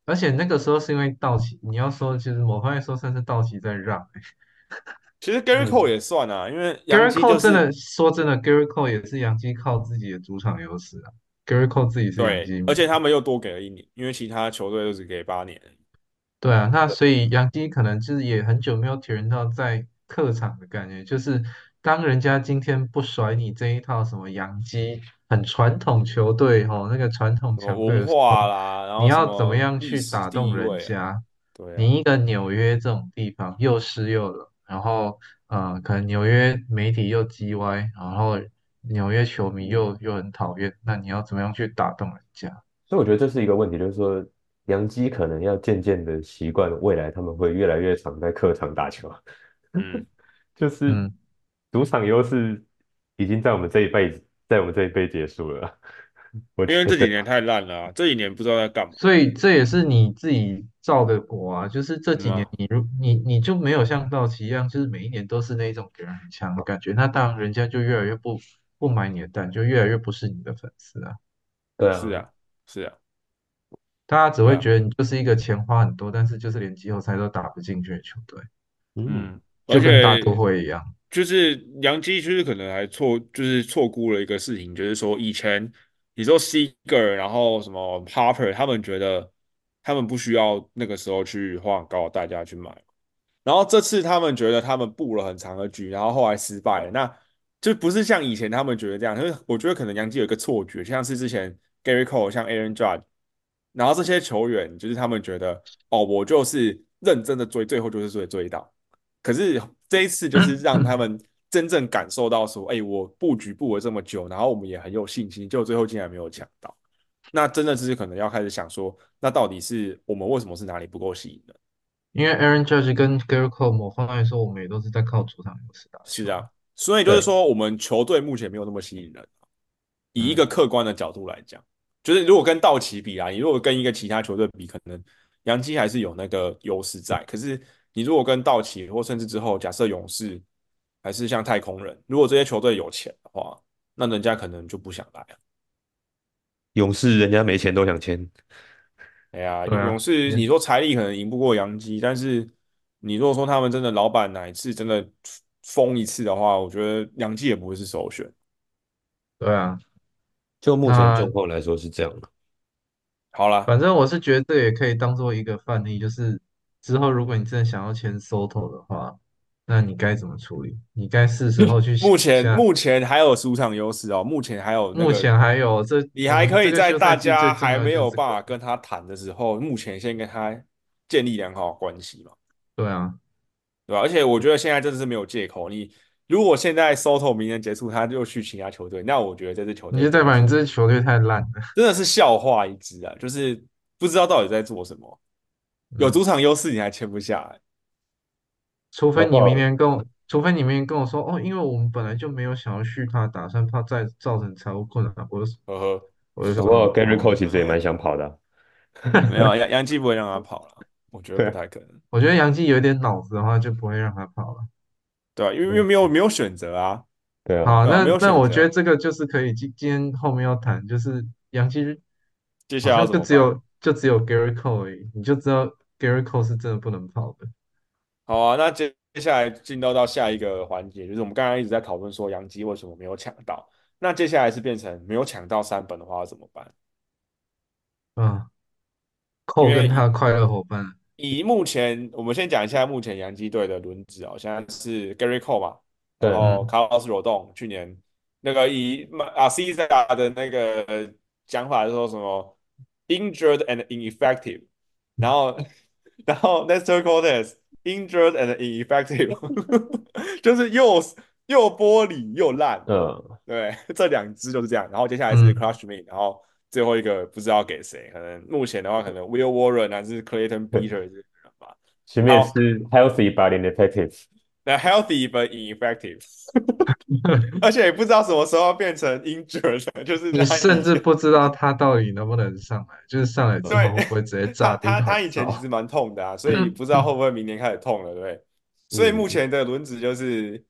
而且那个时候是因为道奇，你要说其实某方面说算是道奇在让、 其实真 Gary 的是 Cole 也算啊，因为洋 Gary 基 Cole 就是。 真的说真的，Gary Cole 也是洋基靠自己的主场优势啊。Gary Cole 自己是洋对， 基迷， 而且他们又多给了1年，因为其他球队都只给8年而已。 对啊，那所以洋基可能就是也很久没有体验到在客场的感觉，就是当人家今天不甩你这一套什么洋基很传统球队哦，那个传统什么强队文的时候， 化啦，然后什你要怎么么样去历史打动地位啊， 人家？ 对啊， 你一个纽约这种地方又湿又冷，然后可能纽约媒体又叽歪，然后纽约球迷又很讨厌，那你要怎么样去打动人家？ 所以我觉得这是一个问题，就是说洋基可能要渐渐的习惯未来他们会越来越常在客场打球， 嗯， 就是嗯。 主场优势已经在我们这一辈子，在我们这一辈结束了。我因为觉得， 这几年太烂了啊，这几年不知道在干嘛， 所以这也是你自己造的果啊，就是这几年嗯啊， 你就没有像道奇一样，就是每一年都是那种给人很强的感觉，那当然人家就越来越不买你的单，就越来越不是你的粉丝啊， 对啊， 是啊，是啊， 大家只对啊， 会觉得你就是一个钱花很多，但是就是连季后赛都打不进去的球队， 嗯， 嗯，而就跟大都且会一样。 就是杨基就是可能还就是错估了一个事情，就是说以前你说 Seager，然后什么 Harper，他们觉得他们不需要那个时候去花很高的代价去买。然后这次他们觉得他们布了很长的局，然后后来失败了，那就不是像以前他们觉得这样。因为我觉得可能杨基有一个错觉，像是之前 Gary Cole、像 Aaron Judge，然后这些球员就是他们觉得哦，我就是认真的追，最后就是追到。可是这一次就是让他们真正感受到说，哎，我布局布了这么久，然后我们也很有信心，就最后竟然没有抢到。那真的是可能要开始想说，那到底是我们为什么是哪里不够吸引人？ 因为 Aaron Judge 跟 Gerrit Cole 某方面来说，我们也都是在靠主场优势打球啊。 是啊，所以就是对， 说，我们球队目前没有那么吸引人。以一嗯， 个客观的角度来讲，就是如果跟道奇比啊，你如果跟一个其他球队比，可能洋基还是有那个优势在。可是你如果跟道奇，或甚至之后假设勇士，还是像太空人，如果这些球队有钱的话，那人家可能就不想来了。 勇士人家没钱都想签， 哎呀， 对啊， 勇士， 也你说财力可能赢不过洋基，但是你如果说他们真的老板哪一次真的疯一次的话，我觉得洋基也不会是首选。 对啊。 就目前那状况来说是这样的。 好了， 反正我是觉得这也可以当做一个范例，就是之后如果你真的想要签 Soto 的话，那你该怎么处理？你该是时候去想目一下。 前目前还有主场优势哦，目前还有那个， 目前还有这你我们这个还可以在休赛季最大家重要的还没有办就是这个。 法跟他谈的时候，目前先跟他建立良好的关系嘛， 对啊， 对吧？而且我觉得现在真的是没有借口，你如果现在 Soto 明年结束，他就去其他球队，那我觉得这支球你就队真的是代表你这支球队太烂了。 真的是笑话一支啊，就是不知道到底在做什么，有嗯， 主场优势你还签不下来， 搞不好除非你明年跟我说哦，因为我们本来就没有想要续他，打算怕再造成财务困难， 呵呵， 我就说搞不好 Gary 哦， Cole 其实也蛮想跑的啊。 没有杨基不会让他跑了，我觉得对啊， 不太可能。 我觉得杨基有一点脑子的话，就不会让他跑了。 对吧？因为嗯， 没有选择啊， 对啊， 好， 对吧？没有那我觉得选择， 这个就是可以今天后面要谈，就是杨基好接下来要像就只怎么办？ 有 Gary Cole 而已，你就知道 Gary Cole 是真的不能跑的。 好啊，那接下来进到下一个环节，就是我们刚刚一直在讨论说杨基为什么没有抢到，那接下来是变成没有抢到3本的话要怎么办？ 嗯，Cole 跟因为他的快乐伙伴， 以目前，我们先讲一下目前洋基队的轮值哦，现在是 Gary Cole 嘛，然对， 后嗯， Carlos Rodon 去年那个以Caesar 的那个讲法是说什么 injured and ineffective，然后Nestor Cortez injured and ineffective，就是又玻璃又烂， 嗯， 对，这2支就是这样，然后接下来是嗯， Crush Me，然后最后一个不知道给谁，可能目前的话可能 Will Warren 还是 Clayton Beecher 这个人吧。 前面好， 是 healthy but ineffective。 那 healthy but ineffective，而且也不知道什么时候变成 injured，就是你他以前甚至不知道他到底能不能上来，就是上来之对后会不会直接他炸钉他他以前其板烧。 实蛮痛的啊，所以不知道会不会明年开始痛了，对不对？所以目前的轮值就是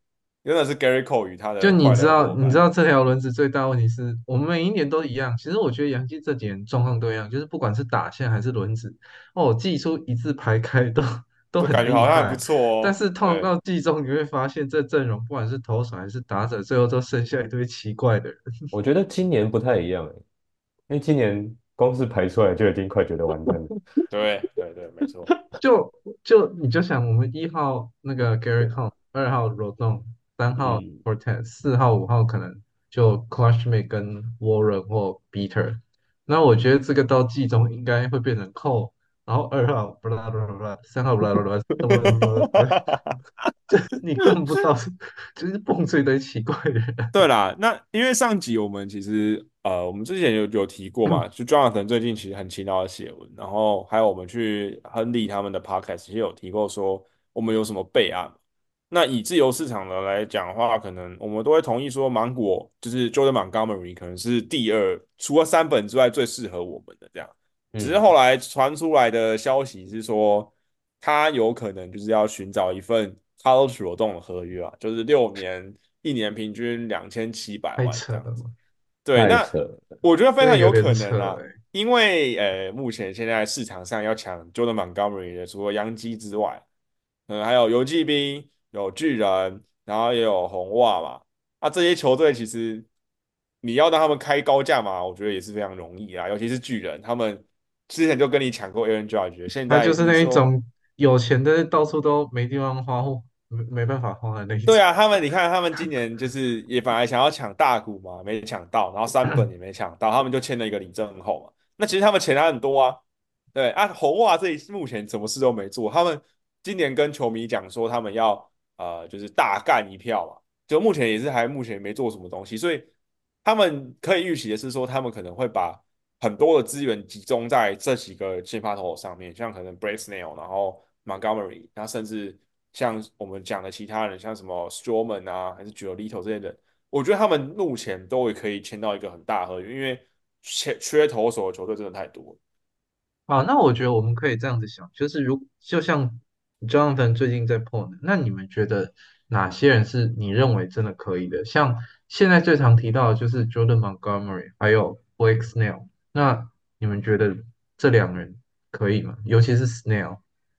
真的是 Gary Cole 与他就的快乐伙伴。 你知道这条轮子最大问题是我们每一年都一样。其实我觉得洋基这几年状况都一样，就是不管是打线还是轮子，哦，季初一字排开都就感很觉好像还不厉害。 错哦。 但是通常对， 到季中，你会发现这阵容不管是投手还是打者，最后都剩下一堆奇怪的人。 我觉得今年不太一样因为今年光是排出来就已经快觉得完蛋了。 对，对，对，没错。 就你就想，我们1号那个 Gary Cole，2号 Rodon，3号嗯， Cortez，4号、5号可能就 Clutchmate 跟 Warren 或 Beater。那我觉得这个到季中应该会变成 Cole，然后2号 blah blah blah，3号 blah blah blah，就是你根本不知道是，就是蹦出一堆奇怪的人。 对啦，那因为上集我们其实我们之前有提过嘛，就 Jonathan 最近其实很勤劳的写文，然后还有我们去亨利他们的 podcast 其实有提过说我们有什么备案。那以自由市场的来讲的话，可能我们都会同意说芒果就是 Jordan Montgomery 可能是第二，除了三本之外最适合我们的这样。只是嗯， 后来传出来的消息是说，他有可能就是要寻找一份 college 活动的合约啊，就是6年，一年平均太 2700万这样子。 扯了吧， 对，那太扯了。 我觉得非常有这个有点可能啊， 扯哎。 因为目前现在市场上要抢 Jordan Montgomery 的，除了洋基之外，还有游骑兵、有巨人，然后也有红袜嘛。啊，这些球队其实你要让他们开高价嘛，我觉得也是非常容易啊，尤其是巨人，他们之前就跟你抢过 Aaron Judge，现在他就是你说。 那一种有钱的到处都没地方花，或没办法花的那一种。 对啊，你看他们今年就是也本来想要抢大股嘛，没抢到，然后三本也没抢到，他们就签了一个李正厚嘛。那其实他们钱还很多啊。对啊，红袜这里目前什么事都没做，他们今年跟球迷讲说他们要就是大干一票嘛，就目前也是目前没做什么东西，所以他们可以预期的是说他们可能会把很多的资源集中在这几个先发投手上面，像可能 b r a c e Snell，然后 Montgomery，然后甚至像我们讲的其他人，像什么 Stroman 啊，还是 Giolito 这些人，我觉得他们目前都可以签到一个很大合约，因为缺投手的球队真的太多了。 好，那我觉得我们可以这样子想，就是就像 Jonathan 最近在 PO 的，那你们觉得哪些人是你认为真的可以的？像现在最常提到的就是 Jordan Montgomery，还有 Blake Snell，那你们觉得这两人可以吗？尤其是 Snell。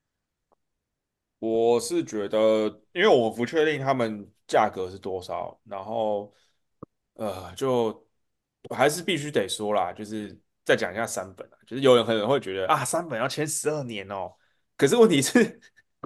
我是觉得，因为我不确定他们价格是多少，然后就我还是必须得说啦，就是再讲一下三本啊，就是有人可能会觉得啊，三本要签12年哦，可是问题是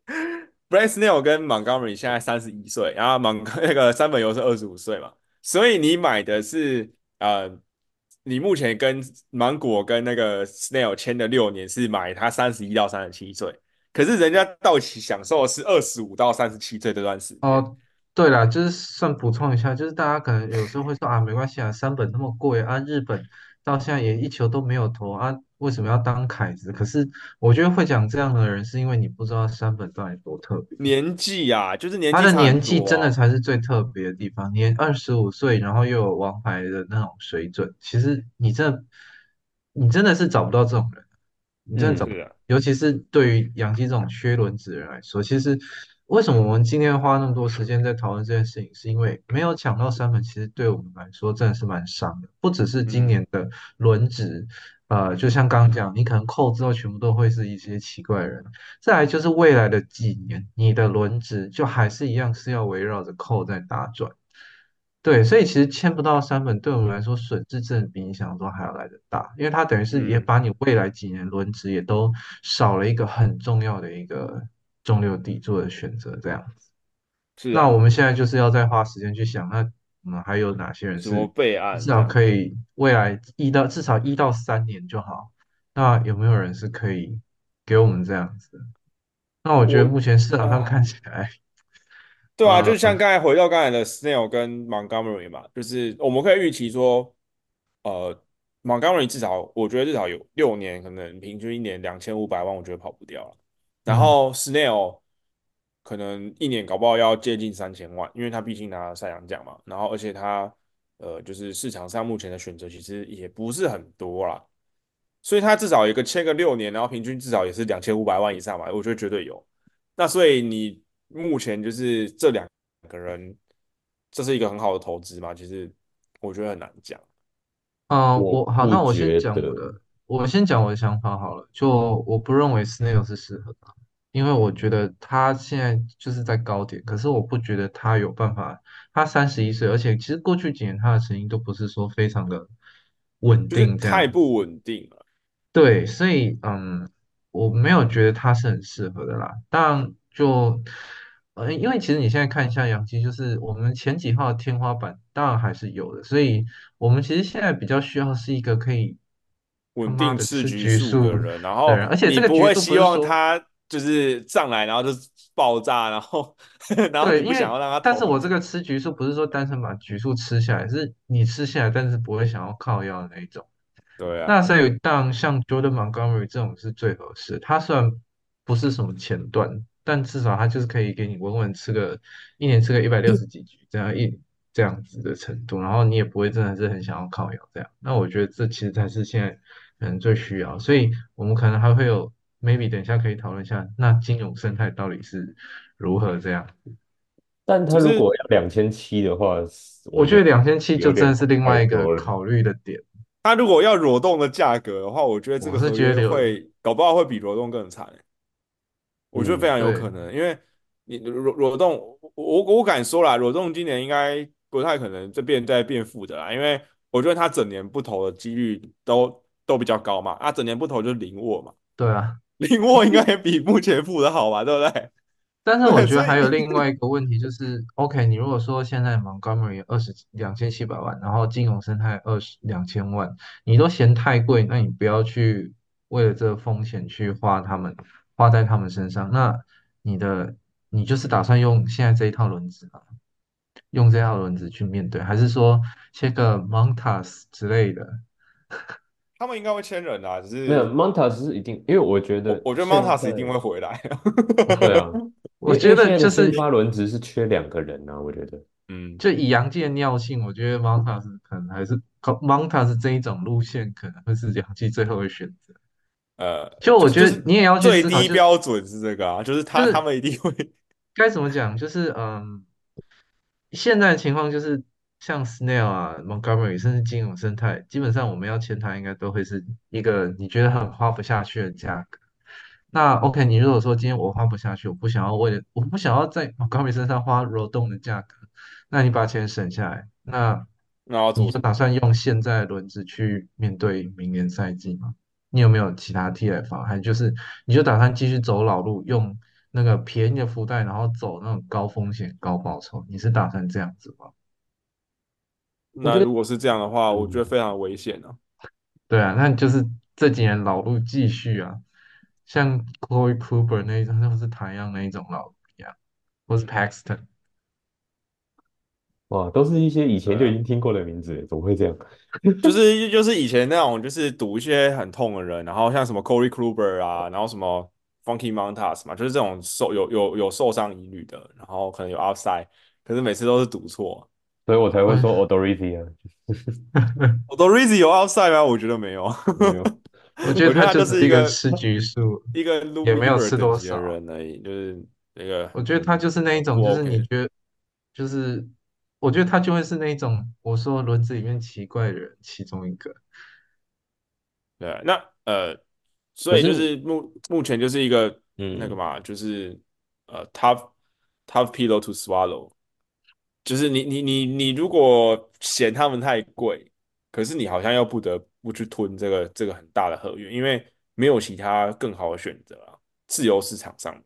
b r a c e Snell 跟 Montgomery 现在31岁，然后那个三本又是25岁嘛，所以你买的是你目前跟芒果跟那个 Snell 签的6年是买他31到37岁。可是人家道奇享受的是25到37岁这段时间。 哦，对啦，就是算补充一下，就是大家可能有时候会说啊，没关系啊，三本那么贵啊，日本到现在也一球都没有投啊，为什么要当凯子？可是我觉得会讲这样的人，是因为你不知道三本到底多特别。 年纪啊，就是年他的纪差很年纪真的多啊。 才是最特别的地方，年25岁，然后又有王牌的那种水准，其实你真的是找不到这种人，你真的找嗯， 不到， 是啊。 尤其是对于杨基这种缺轮子的人来说，其实为什么我们今天花那么多时间在讨论这件事情，是因为没有抢到三分，其实对我们来说真的是蛮伤的，不只是今嗯， 年的轮值，就像刚刚讲，你可能扣之后全部都会是一些奇怪的人。再来就是未来的几年，你的轮值就还是一样是要围绕着扣在打转。对，所以其实签不到三本对我们来说损失真的比你想象中还要来得大，因为它等于是也嗯， 把你未来几年轮值也都少了一个很重要的一个中流砥柱的选择，这样子。 是啊。 那我们现在就是要再花时间去想，那我们还有哪些人什么是备案至少这样子？ 可以未来至少1到3年就好？那有没有人是可以给我们这样子的？那我觉得我目前市场上看啊， 起来， 对啊，就是像呃， 回到刚才的 Snell 跟 Montgomery 嘛，就是我们可以预期说，Montgomery 至少我觉得至少有6年，可能平均一年2500万，我觉得跑不掉了。然嗯， 后 Snell 可能一年搞不好要接近3000万，因为他毕竟拿了赛扬奖嘛。然后而且他就是市场上目前的选择其实也不是很多啦，所以他至少有签个6年，然后平均至少也是2500万以上嘛，我觉得绝对有。那所以你目前就是这两个人， 这是一个很好的投资嘛？其实我觉得很难讲。 我好，那不我先觉得。 讲我的，我先讲我的想法好了。就我不认为 Snail 是适合的，因为我觉得他现在就是在高点，可是我不觉得他有办法。他31岁，而且其实过去几年他的成绩都不是说非常的稳就是定这样。 太不稳定了。 对，所以我没有觉得他是很适合的啦。当然就因为其实你现在看一下洋基，就是我们前几号的天花板当然还是有的，所以我们其实现在比较需要是一个可以他稳定妈的吃次局局数数的人，然后的人，而且你这个局数不不会希是说望他就是上来然后就爆炸，然后然后你对， 不想要让他但是投。 我这个吃局数不是说单纯把局数吃下来，是你吃下来，但是不会想要靠药的那一种。 对啊， 那所以当然像 Jordan Montgomery 这种是最合适。他虽然不是什么前段，但至少他就是可以给你稳稳吃个一年吃个160几局这样子的程度，然后你也不会真的是很想要靠药这样。那我觉得这其实才是现在可能最需要，所以我们可能还会有 maybe 等一下可以讨论一下，那金融生态到底是如何这样。 但他如只是果要2700的话，我觉得我觉得2700就有点真的是另外一个太多了。 考虑的点。 他如果要裸动的价格的话，我觉得这我是个合约觉得会搞不好会比裸动更惨。我觉得非嗯， 常有可对能，因为你裸动，我敢说啦，裸动今年应该不太可能再变负的啦，因为我觉得他整年不投的几率都比较高嘛，啊，整年不投就是零沃嘛， 对啊。 零沃应该也比目前负的好吧，对不对？ 但是我对， 觉得还有所以另外一个问题就是 OK，你如果说现在 Montgomery 2700万，然后金融生态202000万，你都嫌太贵，那你不要去为了这个风险去花在他们身上。那你的你就是打算用现在这一套轮子吗？用这套轮子去面对，还是说切个 Montas 之类的？ 他们应该会签人啊，只没有是 Montas 是一定，因为我觉得我觉得现 Montas 一定在会回来。 对啊，因为我觉现在的先得就是发轮值是缺2个人啊，我觉得。 嗯， 就以洋基的尿性，我觉得 Montas 可能还是 Montas 这一种路线可能会是洋基最后的选择。就我觉得就是你也要去思考， 最低标准是这个啊，就是他就是们一定会。 该怎么讲，就是现在的情况就是像 Snail 啊、Montgomery，甚至金融生态，基本上我们要签它，应该都会是一个你觉得很花不下去的价格。那 OK，你如果说今天我花不下去，我不想要在 Montgomery 身上花流动的价格，那你把钱省下来，那那要你就做什么？ 打算用现在的轮子去面对明年赛季吗？你有没有其他替代方案？还就是你就打算继续走老路，用那个便宜的福袋，然后走那种高风险高报酬？你是打算这样子吗？ 我觉得， 那如果是这样的话，我觉得嗯， 非常危险啊。 对啊，那就是这几年老路继续啊，像 Corey Kluber 那一种，那不是台样那一种老路一样，或是 Paxton。 哇，都是一些以前就已对啊， 经听过的名字，怎么会这样？ 就是以前那种，就是赌一些很痛的人，然后像什么 Corey Kluber 啊，然后什么 Funky Montas 嘛，就是这种有受伤疑虑的，然后可能有 outside，可是每次都是赌错。 所以我才会说我 Odorizzi 啊， 我的 Rizzi 有 outside 吗？我觉得没有。 没有。 我觉得他就我觉得他就只是一个是一个吃局数， 一个也没有 Reliever 吃等级的多少。 人而已，就是那个我觉得他就是那一种， 不就是你 OK。 觉得，就是我觉得他就会是那一种我说轮子里面奇怪的人其中一个。 对啊，那所以就可是， 是目前就是一个那个嗯， 嘛，就是tough pillow to swallow，就是你如果嫌他们太贵，可是你好像又不得不去吞这个很大的合约，因为没有其他更好的选择啊，自由市场上面。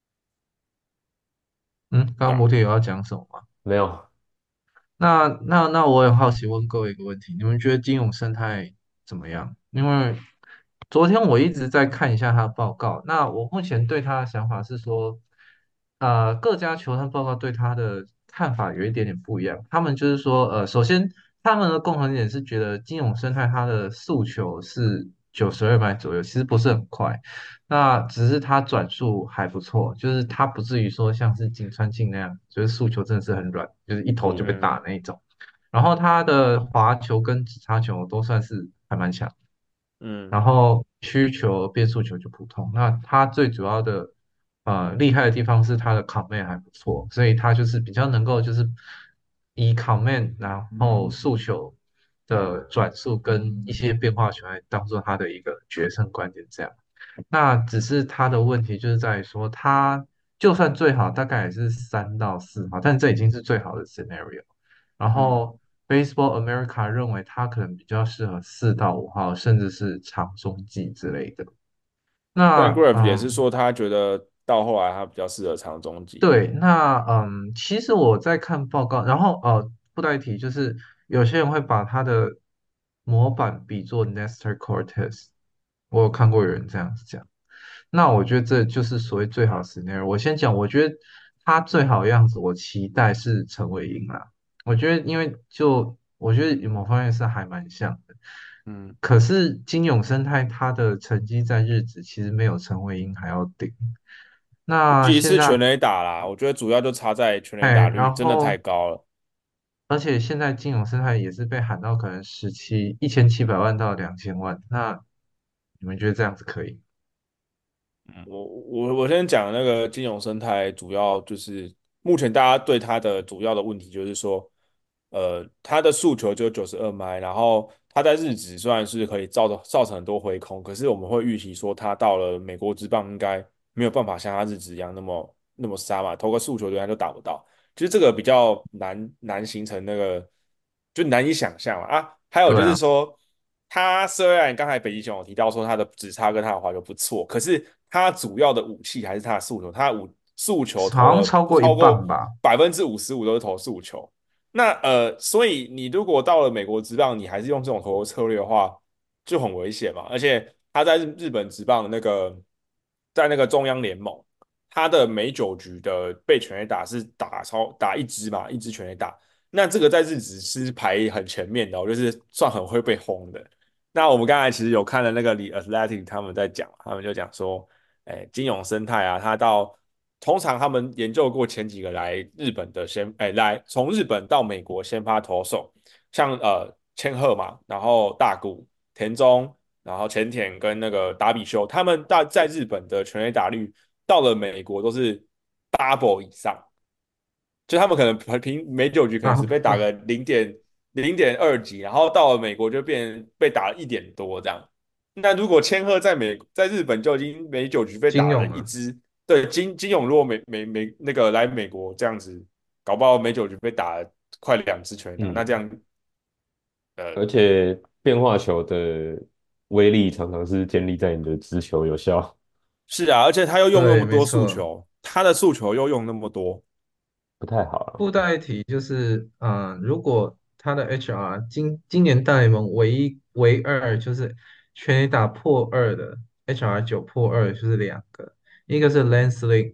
嗯，刚刚对啊， 摩铁有要讲什么吗？ 没有。 那我很好奇问各位一个问题，你们觉得金融生态怎么样？因为昨天我一直在看一下他的报告，那我目前对他的想法是说，各家球探报告对他的看法有一点点不一样。他们就是说，首先他们的共同点是觉得金融生态它的速球是92码左右，其实不是很快。那只是他转速还不错，就是他不至于说像是金川进那样，就是速球真的是很软，就是一投就被嗯打那一种。然后他的滑球跟直插球都算是还蛮强， 嗯然后曲球、变速球就普通。那他最主要的厉害的地方是他的 command 还不错，所以他就是比较能够就是以 command 然后诉求的转述跟一些变化球来当做他的一个决胜关键这样。那只是他的问题就是在于说，他就算最好大概也是3到4号，但这已经是最好的 scenario。然嗯， 后 Baseball America 认为他可能比较适合4到5号，甚至是长中继之类的。 但那 Grave 也是说他觉得到后来他比较适合长中继。 对，那其实我在看报告，然后附带一提就是有些人会把他的模板比作 Nestor Cortez，我有看过有人这样子讲。那我觉得这就是所谓最好的 scenario。我先讲，我觉得他最好的样子，我期待是陈伟英啦。我觉得，因为我觉得某方面是还蛮像的。 嗯， 可是金永生态他的成绩在日职其实没有陈伟英还要顶。那现在， 其实是全垒打啦，我觉得主要就差在全垒哎， 打率真的太高了。 而且现在金永生态也是被喊到可能1700万到2000万。那你们觉得这样子可以？ 我先讲那个金融生态，主要就是目前大家对它的主要的问题就是说，它的诉求就92迈，然后它在日职虽然是可以造成很多回空，可是我们会预期说它到了美国职棒应该没有办法像它日职一样那么杀嘛，投个诉求人家就打不到，其实这个比较难形成那个就难以想象了啊。还有就是对啊， 说。他虽然刚才北极熊有提到说他的直叉跟他的滑球不错，可是他主要的武器还是他的速球，他的速球投好像了超过一超过半吧。 55%都是投速球。那所以你如果到了美国职棒，你还是用这种投球策略的话，就很危险嘛。而且他在日本职棒在那个中央联盟，他的每9局的被全垒打是打一支嘛，一支全垒打。那这个在日职是排很前面的哦，就是算很会被轰的。那我们刚才其实有看了那个《The Athletic》，他们在讲，他们就讲说，哎，金永生态啊，通常他们研究过前几个来日本的从日本到美国先发投手，像千鹤嘛，然后大谷、田中，然后前田跟那个达比修，他们在日本的全垒打率到了美国都是 double 以上。就他们可能平每9局可能啊， 只被打个0.2级，然后到了美国就被打了1点多这样。那如果千鹤在日本就已经每9局被打了金勇啊， 一支，对金勇如果那个来美国这样子，搞不好每9局被打了快2支全垒打，那嗯， 这样呃而且变化球的威力常常是建立在你的直球有效。 是啊，而且他又用那对， 么多速没错。 球，他的速球又用那么多， 不太好了。 附带一提就是，如果他的 HR 今年大联盟唯二就是全垒打破2的 HR9破2就是2个，一个是 Lance Lynn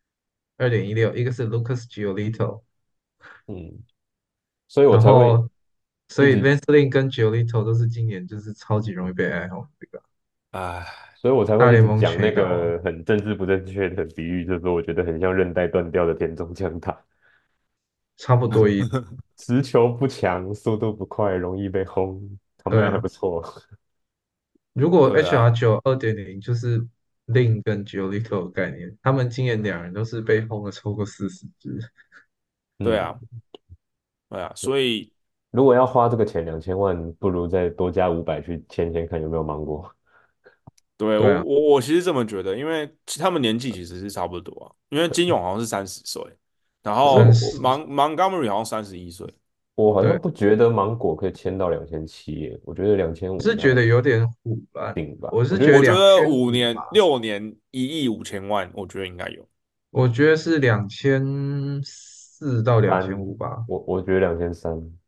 2.16，一个是 Lucas Giolito。 嗯，所以我才会然后，所以一直， Lance Lynn 跟 Giolito 都是今年就是超级容易被爱红这个唉。 所以我才会一大联盟直讲那全垒打王。 个很政治不正确的比喻，就是说我觉得很像韧带断掉的田中将太， 差不多一， 直球不强，速度不快，容易被轰，command 还对啊。 不错。 如果对 HR 啊， 9 2.0就是 Lin 跟 Giolito 的概念，他们今年2人都是被轰了超过40支。 对嗯， 啊，对啊，所以如果要花这个钱2000万，不如再多加500去签看有没有芒果。 对，我对啊， 我我其实这么觉得，因为他们年纪其实是差不多啊。因为金勇好像是30岁，然可是后 30， Montgomery 好像31岁。 我好像对， 不觉得芒果可以签到2700耶，我觉得2500才我是觉得有点虎烂， 顶吧。 我是觉得我觉得我觉得两千五年、 五吧， 6年1亿5000万，我觉得应该有。 我觉得是2400到两千三， 五吧， 我觉得2300，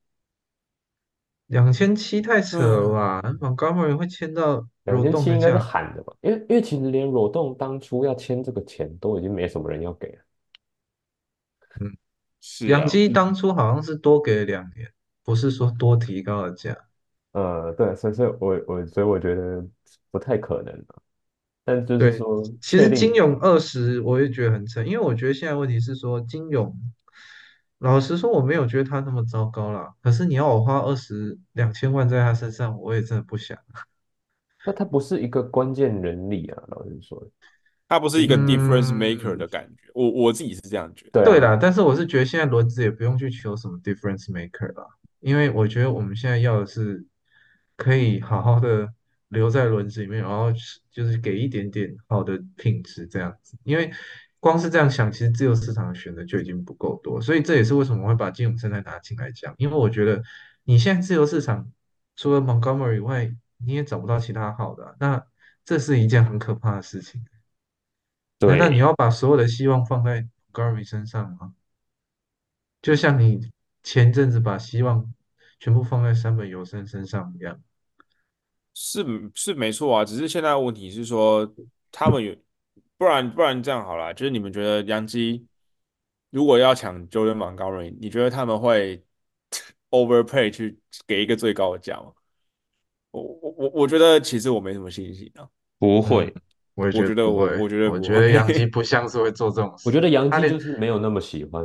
2700太扯了嗯， 吧？Montgomery 会签到两 rod 千七应该是动的价格。 喊的吧？因为其实连裸动当初要签这个钱都已经没什么人要给了。 嗯， 是啊， 洋基当初好像是多给了2年，不是说多提高了价。 对，所以我觉得不太可能啊。但就是对， 说， 其实金确定勇20我也觉得很扯，因为我觉得现在问题是说金勇，老实说我没有觉得他那么糟糕啦，可是你要我花20 2000万在他身上，我也真的不想。 那他不是一个关键人力啊，老实说。 他不是一个 difference maker 嗯， 的感觉，我自己是这样觉得。 对啊， 对啦，但是我是觉得现在轮子也不用去求什么 difference maker 啦，因为我觉得我们现在要的是可以好好的留在轮子里面，然后就是给一点点好的品质这样子。因为光是这样想，其实自由市场的选择就已经不够多，所以这也是为什么我会把金融生态拿进来讲，因为我觉得你现在自由市场除了 Montgomery 以外，你也找不到其他好的啊，那这是一件很可怕的事情。难道你对， 要把所有的希望放在 Montgomery 身上吗？就像你前阵子把希望全部放在山本由生身上一样。 是是没错啊，只是现在问题是说他们有，不然这样好了，就是你们觉得杨基如果要抢 Jordan Montgomery，你觉得他们会 overpay 去给一个最高的价吗？我觉得其实我没什么信心啊， 嗯， 不会。 我也觉得我觉得不会， 我觉得不我觉得杨基会。 不像是会做这种事， 我觉得杨他连基就是没有那么喜欢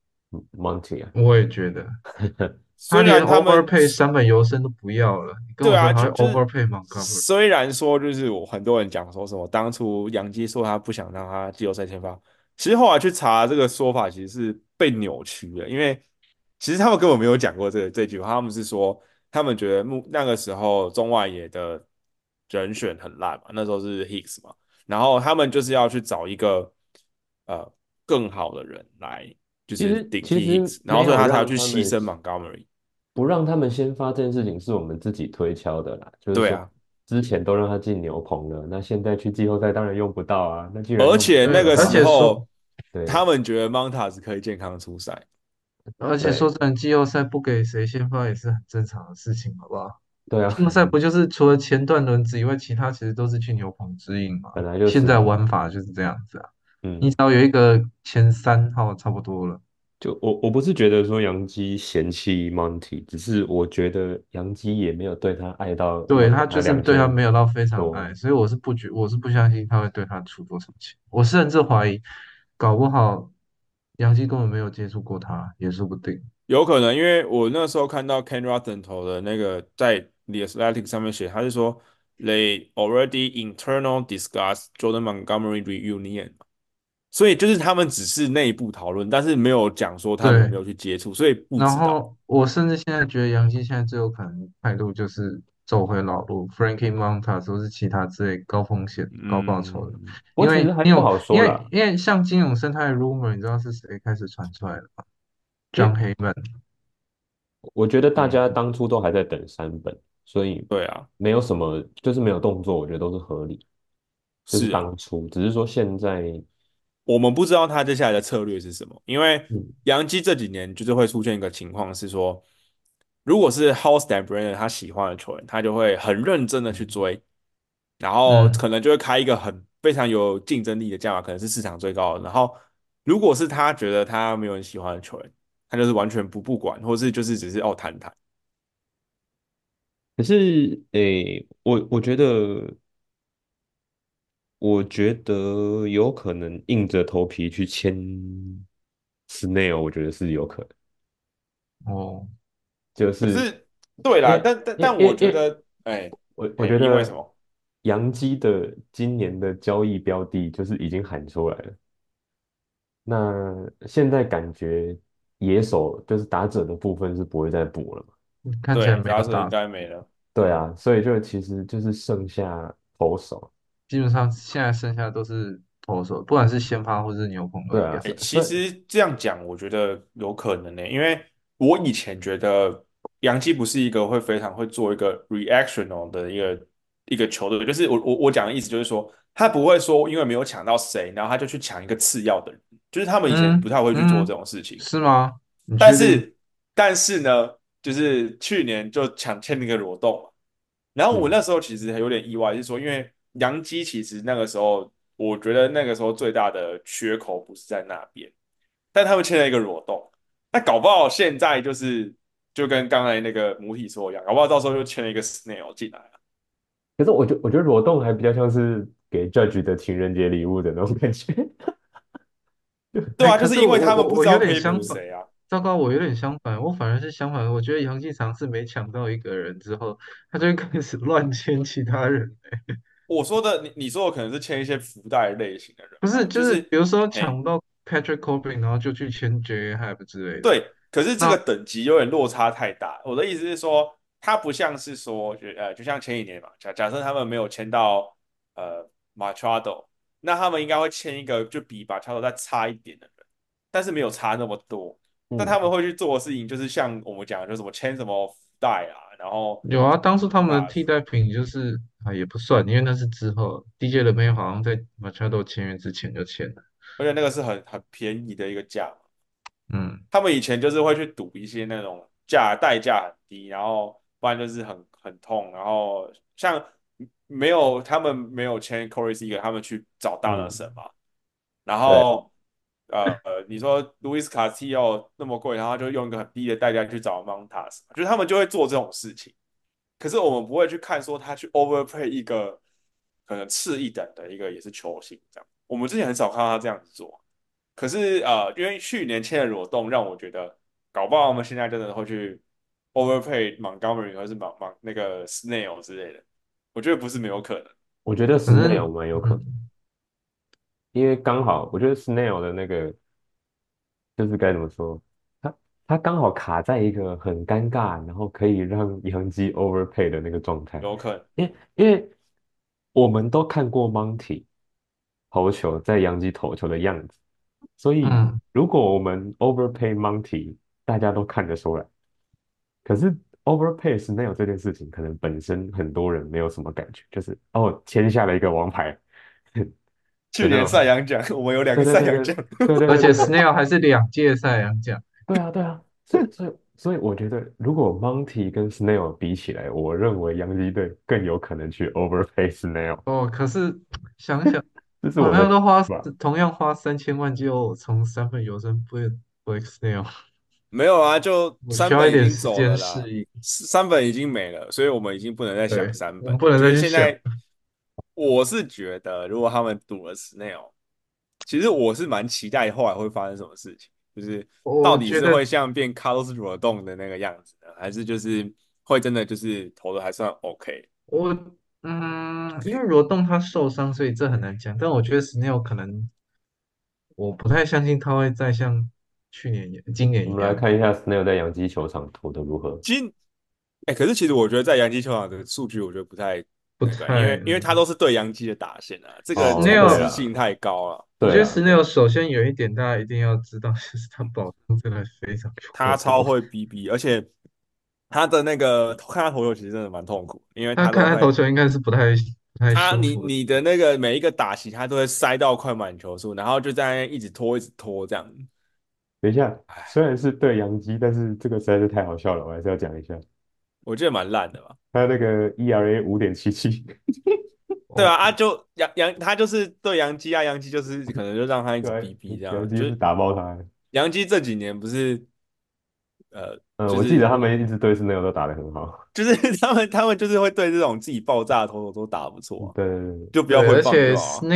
Monty 啊。 我也觉得他虽连然他们 overpay 山本由生都不要了，你跟对啊， 我说他会就是 overpay Montgomery， 虽然说就是我很多人讲说什么当初杨基说他不想让他季后赛先发，其实后来去查这个说法其实是被扭曲的，因为其实他们根本没有讲过这句话，他们是说他们觉得那个时候中外野的人选很烂嘛，那时候是 Hicks 嘛，然后他们就是要去找一个呃更好的人来就其是顶替实其实 Hicks，然后没有所以他才要去让他们牺牲 Montgomery， 不让他们先发这件事情是我们自己推敲的啦，就是说对啊。 之前都让他进牛棚了，那现在去季后赛当然用不到啊。那既然而用不且那个而到的话， 时且说候， 对他们觉得 Montas 可以健康出赛。 而且说对真的，季后赛不给谁先发也是很正常的事情，好不好？ 对啊， 季后赛不就是除了前段轮子以外，其他其实都是去牛棚之应嘛？ 本来就现在是啊， 玩法就是这样子啊，你嗯， 只要有一个前3号差不多了。 就我不是觉得说杨基嫌弃 Monty，只是我觉得杨基也没有对他爱到要对， 给他他就是对他两千没有到非常爱， 多， 所以我是不相信他会对他出多少钱。我甚至怀疑，搞不好杨基根本没有接触过他，也说不定。 有可能，因为我那时候看到 Ken Rothenthal 的那个在 The Athletic 上面写，他是说 they already internal discuss Jordan Montgomery reunion，所以就是他们只是内部讨论，但是没有讲说他们有没对， 有去接触，所以不然知道。 后我甚至现在觉得杨基现在最有可能态度就是走回老路，Frankie Montas 或是其他之类高风险高报酬的， 嗯， 因不过其实为你有还不好因说啦， 为因为像金融生态的 rumor，你知道是谁开始传出来的吗？John 因为 Heyman， 我觉得大家嗯， 当初都还在等三本，所以对啊， 没有什么，就是没有动作，我觉得都是合理。就是是啊。 当初，只是说现在， 我们不知道他接下来的策略是什么，因为嗯杨基这几年就是会出现一个情况是说，如果是 House t e m b r a n d 他喜欢的球员，他就会很认真的去追，然后嗯。 可能就会开一个非常有竞争力的价码，可能是市场最高的。然后如果是他觉得他没有人喜欢的球员，他就是完全不管，或是就是只是谈谈。 可是诶，我觉得有可能硬着头皮去签 Snail，我觉得是有可能， 哦， 就是可是对啦， 因为但我觉因为得，哎我哎， 觉得因为什么？ 洋基的今年的交易标的就是已经喊出来了，那现在感觉野手就是打者的部分是不会再补了嘛？ 对， 看起来没假设应有打， 该没了。 对啊，所以就其实就是剩下投手。 基本上现在剩下都是投手，不管是先发或是牛棚都对啊， 一样。 哎，其实这样讲，我觉得有可能呢，因为我以前觉得杨基不是一个会非常会做一个 reactional 的一个球队，就是我讲的意思就是说，他不会说因为没有抢到谁，然后他就去抢一个次要的人，就是他们以前不嗯太会去做这嗯， 种事情。 是吗？你确定？ 但是但是呢，就是去年就抢签那个罗栋嘛，然后我那嗯， 时候其实有点意外，是说因为杨基其实那个时候，我觉得那个时候最大的缺口不是在那边，但他们签了一个罗栋，那搞不好现在就跟刚才那个母体说一样，搞不好到时候就签了一个 Snail 进来了。 可是我觉得罗栋还比较像是给 Judge 的情人节礼物的那种感觉。 哎， 对啊，就是因为可是他们不我有知道可以点相反， 补谁啊。 糟糕，我有点相反，我反而是相反，我觉得杨继常是没抢到一个人之后，他就会开始乱签其他人。 我说的你说的可能是签一些福袋类型的人不是， 吧， 就是就是比如说嘿抢到 Patrick Corbin，然后就去签 J. Happ 之类的。 对，可是这个那等级有点落差太大。我的意思是说，它不像是说，就像前几年嘛，假设他们没有签到Machado，那他们应该会签一个就比 Machado 再差一点的人，但是没有差那么多。但他们嗯， 会去做的事情，就是像我们讲的，就什么签什么福袋啊，然后有啊，当初他们的把替代品就是也不算，因为那是之后 DJ 的妹好像在 Machado 签约之前就签了。 而且那个是很便宜的一个价嘛。 嗯他们以前就是会去赌一些那种代价很低，然后不然就是很痛，然后像他们没有签 Corey Seager，他们去找大热神嗯， 嘛，然对， 后你说 Luis Castillo 那么贵，然后就用一个很低的代价去找 Montas，就是他们就会做这种事情。可是我们不会去看说他去 overpay 一个可能次一等的一个也是球星这样，我们之前很少看到他这样子做。可是因为去年签的裸动，让我觉得搞不好我们现在真的会去 overpay Montgomery 或是那个 Snail 之类的，我觉得不是没有可能。 我觉得反正 Snail 蛮有可能， 嗯因为刚好我觉得 Snail 的那个就是该怎么说，他他刚好卡在一个很尴尬，然后可以让洋基 overpay 的那个状态， 有可能。 因为我们都看过 Monty 投球在洋基投球的样子，所以嗯， 如果我们 overpay Monty，大家都看得出来。可是 overpay Snail 这件事情，可能本身很多人没有什么感觉，就是哦签下了一个王牌的去年赛那种。 扬奖我们有两个对对对对赛扬奖， 对对而且对对对 Snail 还是2届赛扬奖。 对啊对啊，所以我觉得，如果 Monty 跟 Snail 比起来，我认为洋基队更有可能去 overpay Snail， 哦，可是想想，同这是我的样都花吧。 同样花3000万就从三分游升不 Snail， 没有啊，就我需要一三本已经点时间走了啦， 适应。 三本已经没了，所以我们已经不能再想对， 三本。 我们不能就是再去想。 现在，我是觉得如果他们赌了 Snail，其实我是蛮期待后来会发生什么事情，就是到底是我觉得会像变 Carlos Rodon 的那个样子呢，还是就是会真的就是投的还算 OK？ 我因为罗栋他受伤，所以这很难讲。但我觉得 Snail 可能，我不太相信他会再像今年我一样。 们来看一下 Snail 在洋基球场投的如何。 其可是其实我觉得在洋基球场的数据，我觉得不太不那个，因太， 为他都是对洋基的打线啊，这个哦， 真对啦， Snail， 实性太高了。 我觉得对啦，对 Snail 啦， 首先有一点大家一定要知道，就是他保送真的非常他超够多。 会逼逼，而且他的那个看他投球其实真的蛮痛苦，因为他看他投球应该是不太舒服的。 你的那个每一个打席他都会塞到快满球数，然后就在那边一直拖一直拖这样。 等一下，虽唉， 然是对洋基，但是这个实在是太好笑了，我还是要讲一下。 我觉得蛮烂的吧。 他那个 ERA 5.77， 对啊， 哦， 他就是对洋基啊，洋基就是可能就让他一直对啊， 逼逼这样， 洋基是就是打爆他的。 洋基这几年不是就我记得是他们一直对 Snail 都打得很好。 就是他们就是会对这种自己爆炸的投手都打得不错啊， 对对对， 就不要对， 挥而且棒就好啊。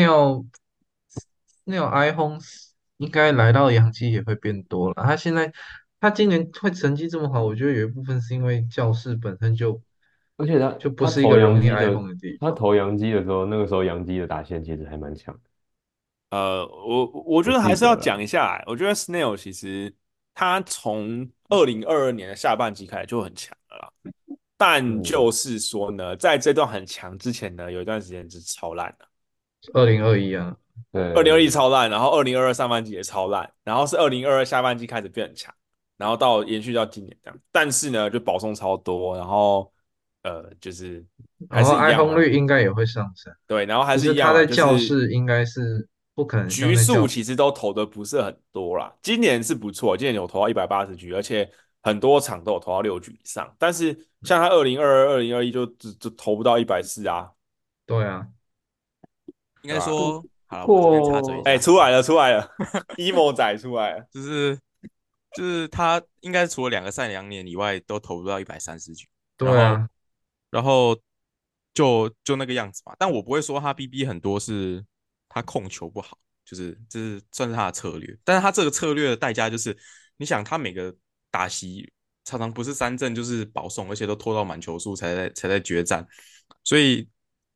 Snail iPhone 应该来到洋基也会变多了。他今年会成绩这么好，我觉得有一部分是因为教室本身而且他就不是一他投个容易洋基的， iPhone 的地方。 他投洋基的时候，那个时候洋基的打线其实还蛮强的， 我觉我得还是要记得啦。 讲一下欸，我觉得 Snail 其实他从2022年的下半季开始就很强了啦，但嗯， 就是说呢，在这段很强之前呢，有一段时间是超烂的。 2021啊， 2021 对， 超烂，然后2022上半季也超烂，然后是2022下半季开始变很强，然后延续到今年这样。但是呢，就保送超多，然后就是还然后是一样 iPhone 嘛， 率应该也会上升， 对，然后还只是一样嘛， 是他在就是教室应该是不可能像局在教室。 数其实都投的不是很多啦。今年是不错，今年有投到180局，而且很多场都有投到6局以上。但是像他2022、2021就投不到140啊， 对啊， 应对吧？ 不该说，好了，我这边插嘴一过哎， 下， 出来了，emo 仔出来了。 就是就是他应该除了2个赛2年以外，都投不到130局，然后对啊， 然后就那个样子嘛。但我不会说他 BB 很多是他控球不好，就是这是算是他的策略。但是他这个策略的代价就是，你想他每个打席常常不是三振就是保送，而且都拖到满球数才在决战，所以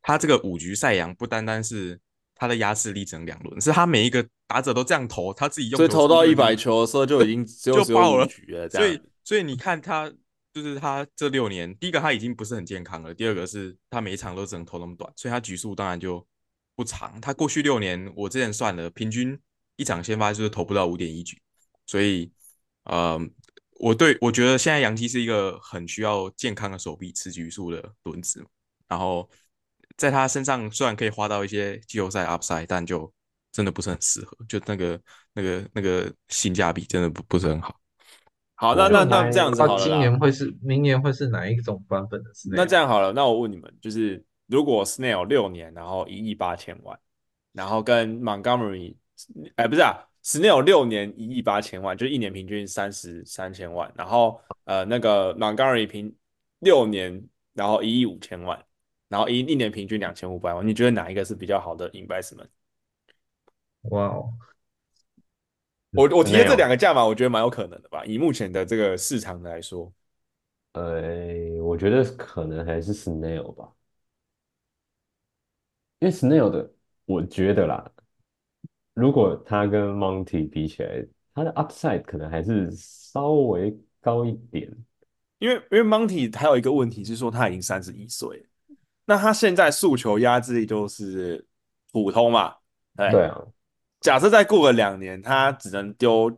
他这个5局赛扬不单单是他的压制力整2轮，是他每一个打者都这样投，他自己用所以球数投到一百就已经球的时候就已经只有爆了。 5局了，这样。 所以你看他，就是他这6年，第一个他已经不是很健康了，第二个是他每一场都只能投那么短，所以他局数当然就不长。他过去6年，我之前算了，平均一场先发就是投不到5.1局，所以呃，我觉得现在杨基是一个很需要健康的手臂吃局数的轮子，然后在他身上虽然可以花到一些季后赛 upside，但就真的不是很适合，就那个性价比真的不是很好。 好，那那我那这样子那好了啦。 明年会是哪一种版本的那 Snail？ 这样好了，那我问你们，就是如果 Snail 6年，然后1亿8千万，然后跟 Montgomery，哎，不是啊，Snail 6年1亿8千万，就一年平均33千万，然后那个 Montgomery 6年，然后1亿5千万，然后一年平均2500万，你觉得哪一个是比较好的 investment？ 哇哦， 我提的这 ，Snail， 两个价码，我觉得蛮有可能的吧，以目前的这个市场来说。 我觉得可能还是 Snail 吧，因为 Snail 的，我觉得啦，如果他跟 Monty 比起来，他的 upside 可能还是稍微高一点。 因为 Monty 还有一个问题是说他已经31岁了，那他现在诉求压制力就是普通嘛，对。 对啊， 假设再过个2年，他只能丢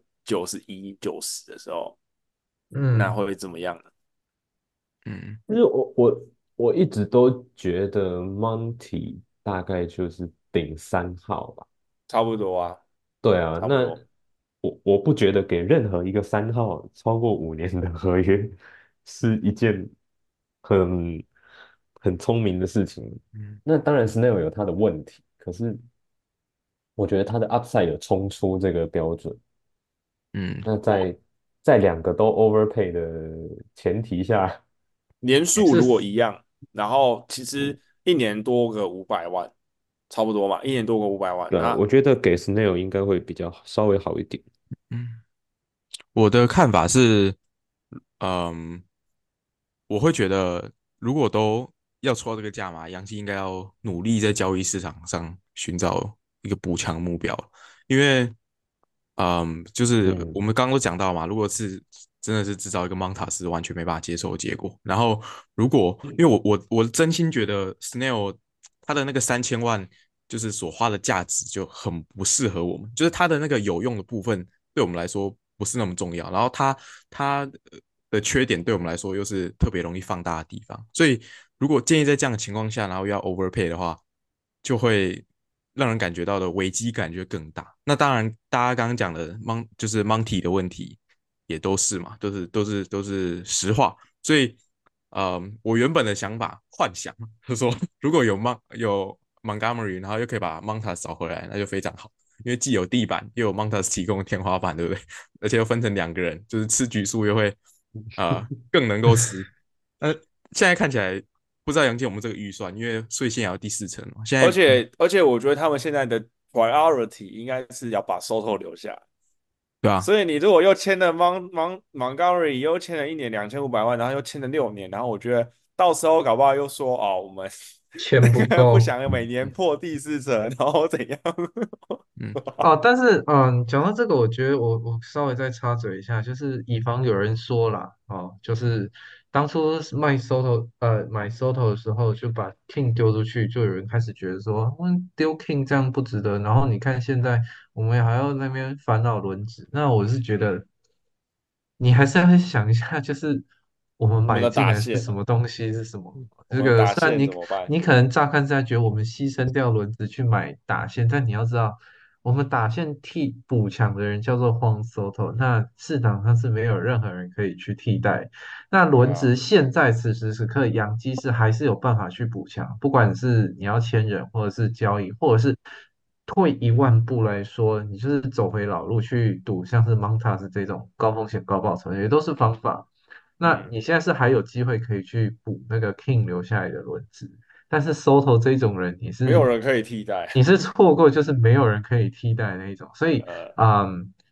91、90的时候，那嗯， 会怎么样呢？ 嗯就是我一直都觉得 Monty 大概就是顶3号吧。 差不多啊， 对啊，那差不多。 我不觉得给任何一个3号超过5年的合约是一件很很聪明的事情。 嗯那当然 Snail 有他的问题，可是我觉得他的 upside 有冲出这个标准。 嗯， 那在两个都 overpay 的前提下， 年数如果是一样，然后其实一年多个500万，差不多嘛，一年多个五百万。 对啊， 那我觉得给 Snail 应该会比较稍微好一点。 嗯，我的看法是，嗯，我会觉得，如果都要抽到这个价码，杨基应该要努力在交易市场上寻找一个补强目标，因为，就是我嗯， 们刚刚都讲到嘛，如果是真的是制造一个 Monta 是完全没办法接受的结果，然后如果因为我真心觉得 Snail 他的那个3000万就是所花的价值就很不适合我们，就是他的那个有用的部分对我们来说不是那么重要，然后他的缺点对我们来说又是特别容易放大的地方，所以如果建议在这样的情况下，然后又要 overpay 的话，就会让人感觉到的危机感就更大。那当然，大家刚刚讲的就是 Monty 的问题也都是嘛，都是实话，所以我原本的想法幻想就是说，如果有 Montgomery，然后又可以把 Montas 找回来，那就非常好，因为既有地板，又有 Montas 提供天花板，对不对？而且又分成2个人，就是吃局数又会更能够吃。现在看起来不知道杨建我们这个预算，因为税线也要第4层嘛，现而在且而且，我觉得他们现在的 priority 应该是要把 Soto 留下来。 对啊， 所以你如果又签了 Montgomery，又签了一年2500万，然后又签了6年，然后我觉得到时候搞不好又说哦，我们那钱不个不够。 想每年破第4层，然后怎样？ 嗯哦，但是讲到这个，我觉得我稍微再插嘴一下，就是以防有人说啦，哦，就是当初卖 Soto 买 Soto 的时候，就把 King 丢出去，就有人开始觉得说，丢 King 这样不值得。然后你看现在我们还要那边烦恼轮值，那我是觉得你还是要想一下，就是我们我们的买进来是打线呢、 什么东西是什么。 我们的这个打线虽然你怎么办？ 你可能乍看之下觉得我们牺牲掉轮子去买打线，但你要知道，我们打线替补强的人叫做荒 Soto，那市场上是没有任何人可以去替代。那轮对啊， 值现在此时此刻，养鸡是还是有办法去补强，不管是你要签人，或者是交易，或者是退一万步来说，你就是走回老路去赌，像是 Montas 这种高风险高报酬，也都是方法。那嗯， 你现在是还有机会可以去补那个 King 留下来的轮子，但是 Soto 这种人， 没有人可以替代。 你是错过，就是没有人可以替代的那一种，所以呃， 嗯。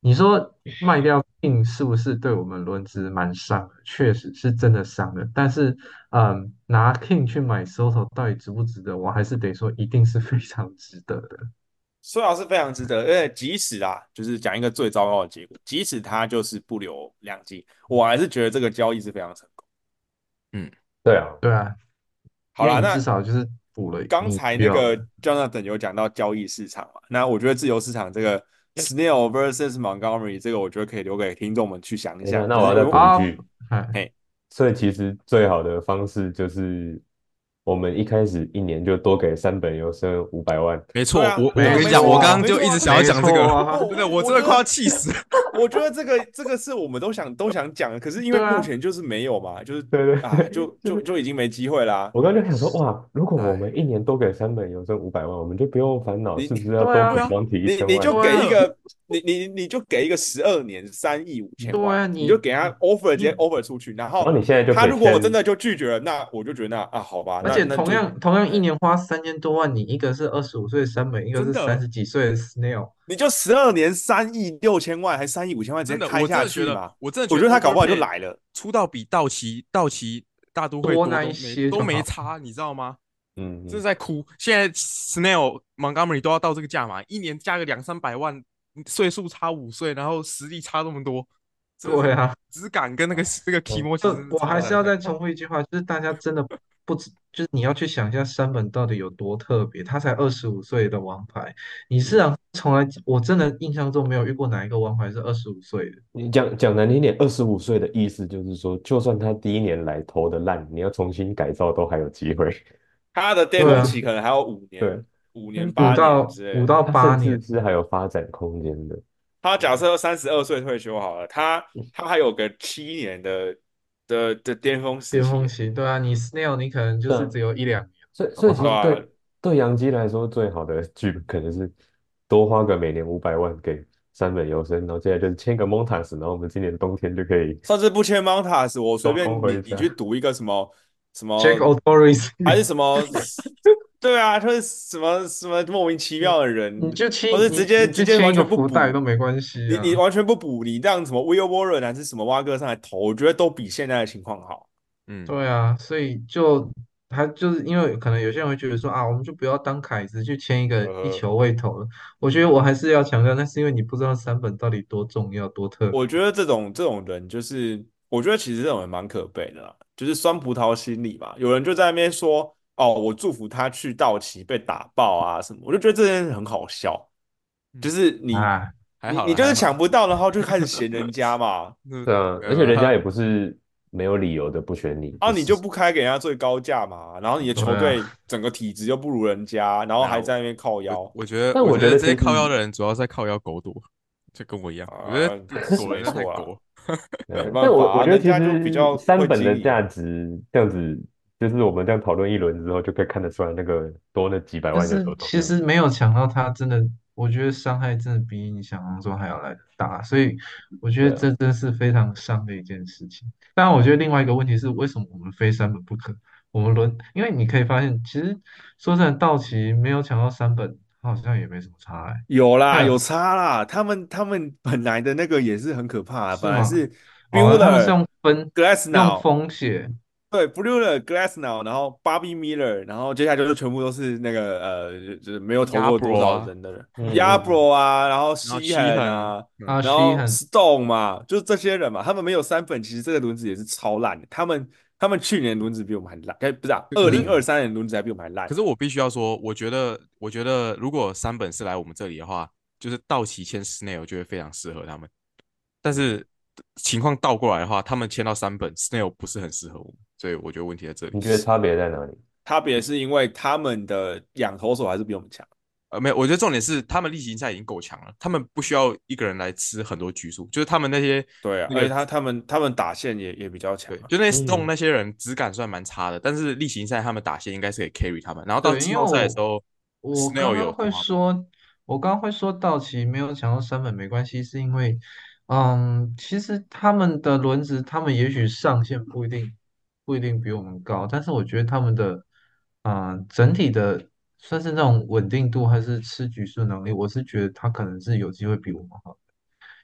你说卖掉 King 是不是对我们轮值蛮伤的？确实是真的伤的。但是，拿 King 去买 Soto 到底值不值得？我还是得说，一定是非常值得的。 说老是非常值得，而且即使啊，就是讲一个最糟糕的结果，即使他就是不留2季，我还是觉得这个交易是非常成功。 嗯， 对啊， 对啊， 好啦， 因为你至那少就是补了刚你才那个需要的。 Jonathan 有讲到交易市场嘛，那我觉得自由市场这个 Snell versus Montgomery 这个，我觉得可以留给听众们去想一想， 那我要再就是因为啊， 补一句， 哎， 嘿， 所以其实最好的方式就是我们一开始一年就多给三本优生500万。 没错， 对啊， 我跟你讲， 没错没错啊， 我刚刚没错啊， 就一直想要没讲这个， 错啊， 不， 真的，我我觉得， 真的快要气死了。 我觉得这个是我们都想讲的，可是因为对啊， 目前就是没有嘛，就是对对啊， 对， 就就就是就已经没机会啦。 我刚刚就想说，哇，如果我哎， 们一年多给三本优生500万，我们就不用烦恼你你是不是要对啊， 多给对啊， 光体一千你就万。 真的， 给一个你就给一个12年3亿5千万， 对啊， 你就给他 offer 直接你 offer 出去，然后然后你现在就可以他如果真签， 的就拒绝了，那我就觉得那啊好吧， 而且同那那就样同样一哎年花3000多万，你一个是25岁的山本，一个是三真的， 十几岁的 Snail。 你就12年3亿6千万还3亿5千万直接真的， 开下我真的觉得， 去嘛， 我真的觉得我觉得他搞不好就 Overpay 来了。 出到比道奇大都会多那一多都些就好。 没差，你知道吗？真是嗯嗯， 在哭。现在 Snell Montgomery 都要到这个价码，一年加个200-300万，岁数差5岁，然后实力差那么多，真的是对啊， 质感跟那个 k e 哦， m o 其实是我差的太。 还是要再重复一句话，就是大家真的不知，就是你要去想一下山本到底有多特别，他才25岁的王牌，你是嗯， 啊，从来我真的印象中没有遇过哪一个王牌是25岁的。 你讲难听点，25岁的意思就是说，就算他第一年来投的烂，你要重新改造都还有机会。 他的巅对啊， 峰期可能还有五对， 年、五但年、 五 8年到五到之类的。 他甚八年， 至是还有发展空间的。 他假设32岁退休好了，他还有个7年的巅峰时期耶， 巅峰期，对啊，你 Snail 你可能就对啊， 是只有1-2年， 所以其好不好？ 对吧？ 实对杨基来说，最好的剧本可能是多花个每年500万给三本优生，然后接下来就是签个 Montas，然后我们今年冬天就可以甚至不签 Montas，我随双峰便你去回家。 赌一个什么什 Jack 么， Odoris， 还是什么，对啊，就是什么莫名其你妙的你人， 就签或者直接直接完一个全不补， 福袋都没关系你啊。 完全不补，你让什么 Will Warren 还是什么蛙哥上来投，我觉得都比现在的情况好。 嗯， 对啊，所以就他就是因为可能有些人会觉得说啊，我们就不要当凯子去签一个一呃， 球未投了。我觉得我还是要强调，那是因为你不知道三本到底多重要、多特别。 我觉得这种人就是，我觉得其实这种人蛮可悲的啦，就是酸葡萄心理嘛。有人就在那边说，哦，我祝福他去道奇被打爆啊什么，我就觉得这件事很好笑。就嗯， 是你啊， 还好了， 你你就是还好了。 抢不到，然后就开始嫌人家嘛， 那对啊，而且人家也不是没有理由的不选你，就是然后你就不开给人家最高价嘛，然后你的球对啊， 队整个体质又不如人家，然后没有， 还在那边靠我腰我觉得， 但我觉我觉得这些得其实， 靠腰的人主要是在靠腰狗多，就跟我一样。我觉啊， 得是狗人都太没错啦， 狗。 没但办法啊， 我觉得其人家就比实较会三本的经营。 价值这样子，就是我们这样讨论一轮之后，就可以看得出来那个多那几百但万有是其多重要。 实没有抢到他，真的，我觉得伤害真的比你想象中还要来得大，所以我觉得对啊， 这真是非常伤的一件事情。当然，我觉得另外一个问题是，为什么我们非三本不可？我们轮，因为你可以发现，其实说真的，道奇没有抢到三本，他好像也没什么差哎。 有啦，有那差啦。他们本来的那个也是很可怕的， 是吗？ 本来是哦，他们是 Bueller、 用分 用 Glassnow， 风血， 对，Bueller、Glassnow，然后 Bobby Miller，然后接下来就是全部都是那个就是没有投鸭过多 bro 啊， 少人的人嗯嗯嗯， ，Yarbrough 啊，然后然后西稀罕， 汉啊， 啊， 然后虚很 Stone 嘛，就是这些人嘛，他们没有3本，其实这个轮子也是超烂的。他们去年轮子比我们还烂，哎，不是啊，二可是零二三年轮子还比我们还烂。 可是我必须要说，我觉得如果三本是来我们这里的话，就是道奇签 Snail 就会非常适合他们。但是情况倒过来的话，他们签到三本，Snail 不是很适合我们，所以我觉得问题在这里。 你觉得差别在哪里？ 差别是因为他们的养投手还是比我们强。 没有，我觉得重点是他们例行赛已经够强了，他们不需要一个人来吃很多局数，就是他们那些对啊， 那个而且他们打线也比较强对， 啊。 就那些 Stone 嗯， 那些人质感算蛮差的，但是例行赛他们打线应该是可以 carry 他们，然后到对，因为季后赛的时候我刚 ，Snail 刚会有投好， 说，我刚刚会说道奇没有抢到三本没关系，是因为，其实他们的轮子，他们也许上限不一定比我们高，但是我觉得他们的，整体的算是那种稳定度还是吃局数能力，我是觉得他可能是有机会比我们好。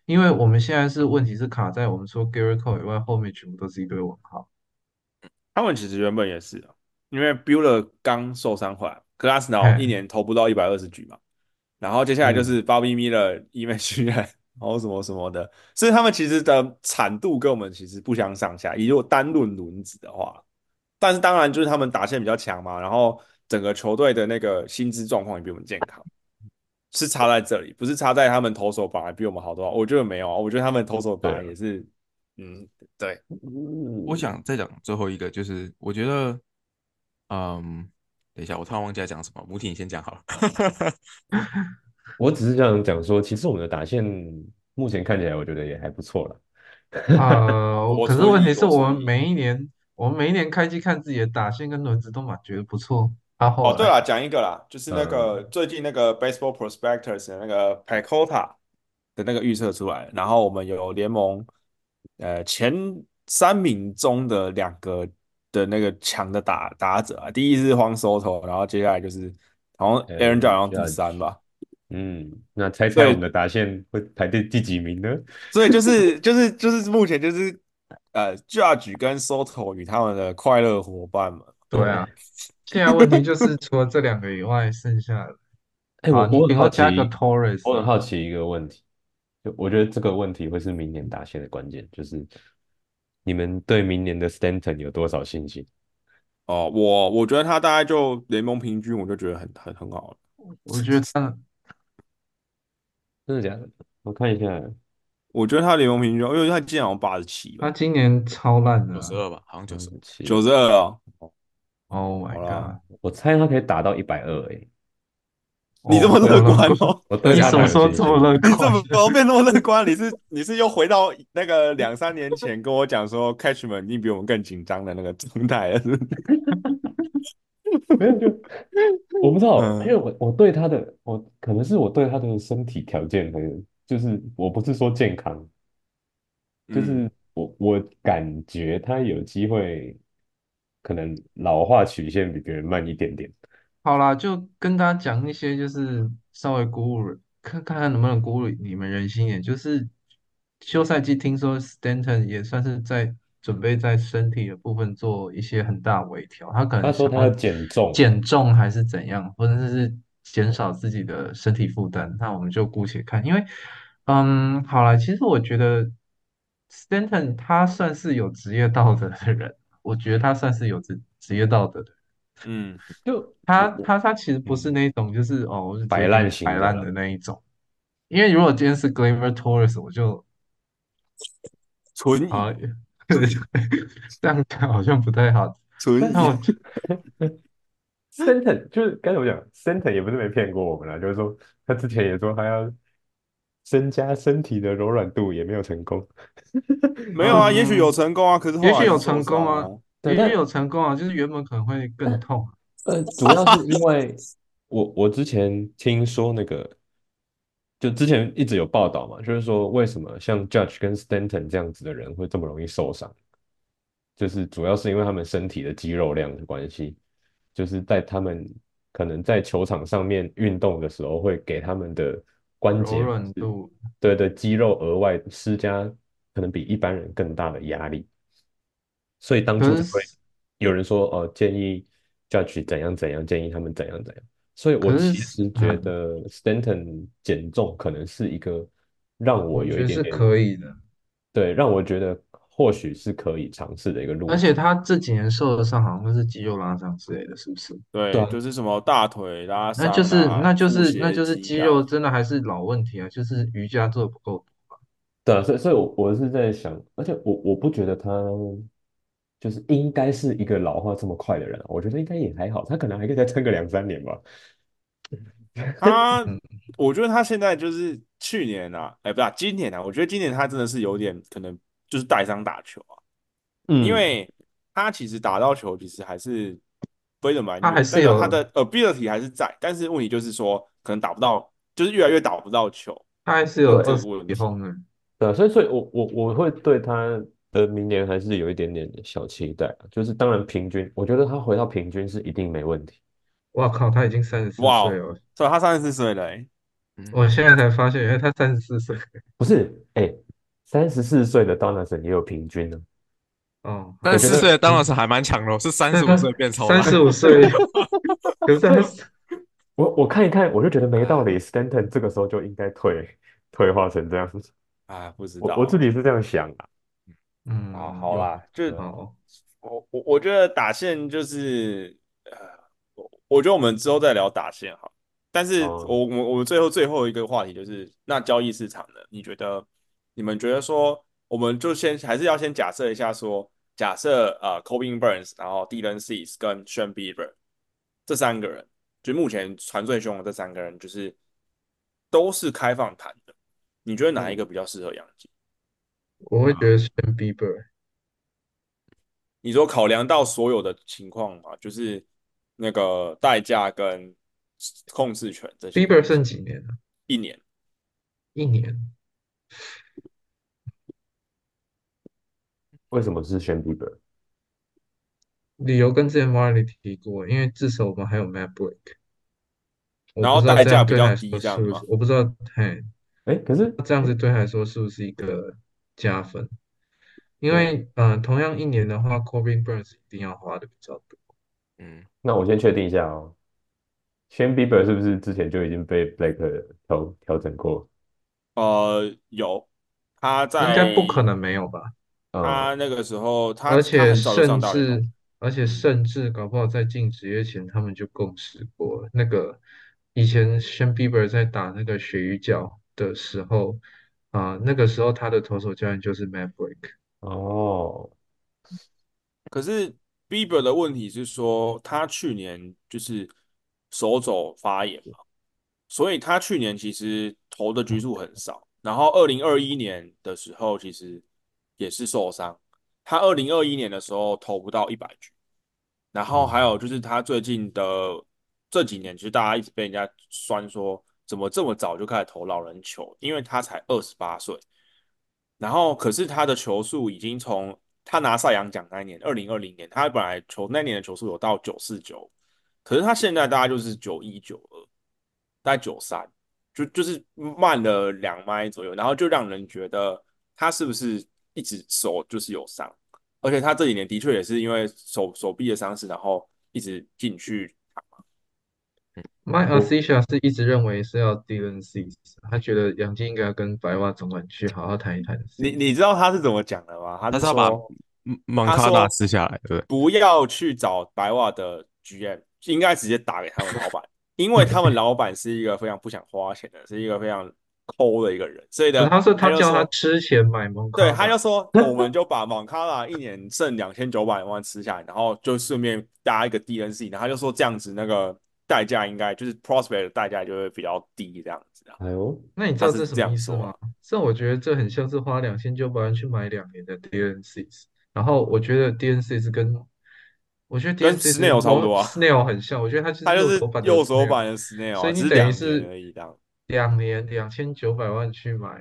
因为我们现在问题是卡在我们说 Gary Cole 以外，后面全部都是一堆问号。 他们其实原本也是啊，因为 Bueller 刚受伤回来 g l a s n o w 嘿， 一年投不到120局嘛，然后接下来就嗯， 是 Bobby Miller、伊梅虚人，然后什么什么的，所以他们其实的产度跟我们其实不相上下。如果单论轮子的话，但是当然就是他们打线比较强嘛，然后整个球队的那个薪资状况也比我们健康，是差在这里，不是差在他们投手本来比我们好多少。我觉得没有啊，我觉得他们投手本对啊， 来也是，嗯，对， 我想再讲最后一个，就是我觉得，嗯，等一下，我突然忘记要讲什么，母体你先讲好了。 我只是想讲说，其实我们的打线目前看起来，我觉得也还不错了。 我可是问题存疑， 是我们我存疑。 每一年开机看自己的打线跟轮子都蛮觉得不错，他后哦，对来了，讲一个啦，就是那个嗯， 最近那个 Baseball Prospectus 的那个 Pecota 的那个预测出来，然后我们有联盟前3名中的2个的那个强的打者啊，第一是荒 Soto，然后接下来就是好像 Aaron Judge 好像第3 Judge， 吧， 那猜猜我们的对， 打线会排第几名呢？ 所以就是目前就是Judge 跟 Soto 与他们的快乐伙伴们， 对啊，现在问题就是除了这两个以外，剩下的哎， 啊，你我很顶多加个好奇，我 Torres 很啊。 好奇一个问题，就我觉得这个问题会是明年打线的关键，就是你们对明年的 Stanton 有多少信心？ 哦，我觉得他大概就联盟平均，我就觉得很好了。 我觉得真的假的？我看一下， 我觉得他联盟平均，因为他今年好像87 他吧， 今年超烂的啊 92吧，好像92。 7， 92哦。 ！Oh my 好啦， god！ 我猜他可以打到120，哎， 你这哦，这么么乐乐观？ 观哦？ 我对你什么他蛮有时候这么信心的。 乐观？ 你怎么变那么乐观？你是又回到那个2、3年前跟我讲说 Catchman 一定比我们更紧张的那个状态了，是不是？ 没有就我不知道，因为嗯我对他的可能是我对他的身体条件就是我不是说健康，就嗯是我感觉他有机会，可能老化曲线比别人慢一点点。 好啦，就跟大家讲一些，就是稍微鼓舞人，看看能不能鼓舞你们人心一点。就是休赛季听说 Stanton 也算是准备在身体的部分做一些很大微调，他可能想要他说他要减重， 减重还是怎样，或者是减少自己的身体负担。那我们就姑且看，因为好了，其实我觉得 Stanton 他算是有职业道德的人，我觉得他算是有职业道德的。 嗯， 就他其实不是嗯那种，就是我就直接给你摆烂型摆烂的的啦。 那一种。因为如果今天是 Gleyber Torres，我就啊， 存疑这样讲好像不太好。 存疑， 那我就 Stanton 就是刚才我讲，Stanton 也不是没骗过我们啦，就是说他之前也说他要增加身体的柔软度，也没有成功。 没有啊，也许有嗯， 成功啊，可是后来也许有还是受成功啊， 伤啊。 对，但也许有成功啊，就是原本可能会更痛。 主要是因为我之前听说那个，就之前一直有报道嘛，就是说为什么像 Judge 跟 Stanton 这样子的人会这么容易受伤，就是主要是因为他们身体的肌肉量的关系，就是在他们可能在球场上面运动的时候，会给他们的关柔节或是软度。 对肌肉额外施加可能比一般人更大的压力。所以当初才会可是有人说，建议 Judge 怎样怎样，建议他们怎样怎样。所以我可其实觉是得 Stanton 减重可能是一个让我我觉得是有一点点， 可以的。 对，让我觉得或许是可以尝试的一个路径。 而且他这几年受的伤好像都是肌肉拉伤之类的，是不是？ 对对， 啊， 就是什么大腿拉那就伤啊、 是那就腹是那就是斜肌肌肉啊， 真的还是老问题啊，就是瑜伽做的不够多。 对啊，所以我是在想，而且我不觉得他就是应该是一个老化这么快的人啊，我觉得应该也还好，他可能还可以再撑个2、3年吧。 他， 嗯， 我觉得他现在就是去年啊，哎，不是啊今年啊，我觉得今年他真的是有点可能就是带伤打球啊，因嗯， 为他其实打到球其实还是飞得蛮他还远， 是有代表他的 ability 还是在，但是问题就是说可能打不到，就是越来越打不到球他还是有的这个对。 问题。 20几轰的。 对啊，所以我会对他的明年还是有一点点小期待啊，就是当然平均，我觉得他回到平均是一定没问题。 哇靠，他已经34 哇哦， 岁了。 所以他34岁了欸， 我现在才发现，原来他34岁。 不是，哎，34岁的 Donaldson 也有平均呢。 哦， 但是好， 我觉得 4岁的当然嗯， 是还蛮强的哦，是三但他十五岁变超烂。 35岁，可是他是我看一看，我就觉得没道理。Stanton 这个时候就应该退化成这样子。 啊，不知我自道己是这样想啊。 啊， 嗯，有好啦，就对啊， 好， 我觉得打线就是我觉得我们之后再聊打线好。但是哦， 我们最后一个话题就是，那交易市场呢？你们觉得说，我们就还是要先假设一下说，假设Corbin Burns，然后 Dylan Cease 跟 Sean Bieber 这三个人，就目前传最凶的这三个人，就是都是开放谈的。你觉得哪一嗯， 个比较适合养鸡？ 我会觉得选 Bieber。 你说考量到所有的情况嘛，就是那个代价跟控制权这些 Bieber 东西， 剩几年了？ 一年。 1年。 为什么是选 Bieber？ 理由跟之前 Marley 提过，因为至少我们还有 Matt Blake。我然后不知道这代价比样对他来较低， 说是不是？ 这样子吗？ 我不知道，嘿， 哎，可是这样子对他来说是不是一个加分？因对， 为同样1年的话，Corbin Burns 一定要花的比较多。 嗯， 那我先确定一下哦。选 Bieber 是不是之前就已经被 Blake 调整过？ 有，他应该在不可能没有吧？ 嗯， 他那个时候，他而且很早就上甚大联盟。 至，而且甚至搞不好在进职业前，他们就共识过了那个以前 Sean Bieber 在打那个鳕鱼角的时候，那个时候他的投手教练就是 Matt Blake。 哦， 可是 Bieber 的问题是说，他去年就是手肘发炎嘛，所以他去年其实投的局数很少。然后2021年的时候，其实也是受伤。他2021年的时候投不到100局。然后还有就是他最近的这几年，其实大家一直被人家酸说，怎么这么早就开始投老人球？因为他才28岁。然后可是他的球速已经从他拿赛扬奖那一年，2020年，他本来那年的球速有到949，可是他现在大概就是9192，大概93，就是慢了2迈左右，然后就让人觉得他是不是一直手就是有伤，而且他这几年的确也是因为手臂的伤势，然后一直进去。 Mike 我 Asisha 是一直认为是要 Dylan Cease，他觉得杨基应该要跟白袜总管去好好谈一谈你 Cease。 你知道他是怎么讲的吗？他是他是要把说， 蒙卡纳他说撕下来，对不对？ 不要去找白袜的 GM，应该直接打给他们老板，因为他们老板是一个非常不想花钱的，是一个非常抠的一个人，所以呢， 可是他说他叫他他就说， 之前买蒙对， 卡纳。 他就说，我们就把蒙卡拉一年剩2900万吃下来，然后就顺便搭一个 DNC，然后他就说这样子那个代价应该就是 prospect 的代价就会比较低这样子啊， 哎呦， 那你知道这是什他是这么意思吗？ 样说啊。 这我觉得这很像是花2900万去买2年的 DNC，然后我觉得 DNC 是跟我觉得跟 DNC 是 Snail 差不多啊， Snail 很像，我觉得它就是他就是右手版的右手 Snail， 版的 Snail 啊， 所以你只是等于是 2年而已这样。 2年2900万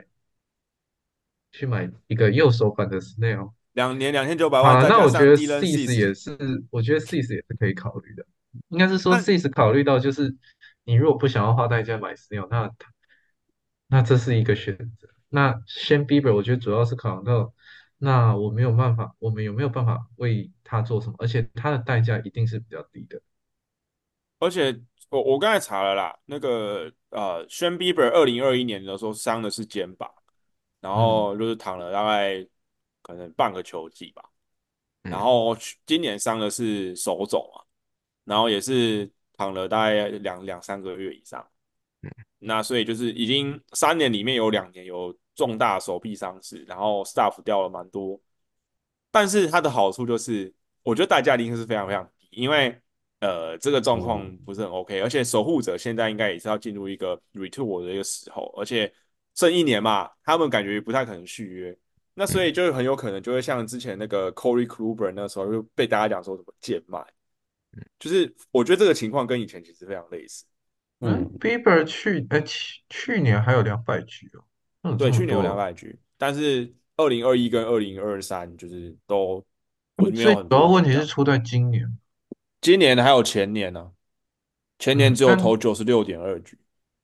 去买一个右手版的 Snail。 2年2900万， 好了， 再加上那我觉得 Dylan Cease Cease， 也是，我觉得 Cease 也是可以考虑的。应该是说但 Cease 考虑到就是你如果不想要花代价买 Snail，那这是一个选择。那 Shane Bieber 我觉得主要是考量到，那我没有办法，我们有没有办法为他做什么？而且他的代价一定是比较低的。 而且我刚才查了啦，那个轩 Bieber 2021年的时候伤的是肩膀，然嗯， 后就是躺了大概可能半个球季吧，然嗯后今年伤的是手肘嘛，然后也是躺了大概两三个月以上，那所以就是已经3年里面有2年有重大手臂伤势，然后 staff 掉了蛮多，但是它的好处就是，我觉得代价一定是非常非常低，因为这个状况嗯不是很 OK，而且守护者现在应该也是要进入一个 retool 的一个时候，而且剩一年嘛，他们感觉不太可能续约，那所以嗯就很有可能就会像之前那个 Corey Kluber 那时候就被大家讲说什么贱卖，就是我觉得这个情况跟以前其实非常类似。 嗯， Bieber 去年还有200局哦，那有这对，去年有两么多哦。 百局，但是2021跟2023就是都我没所以主有很要问题多局这样。 是出在今年。 今年还有前年呢、前年嗯， 只有投但 96.2局。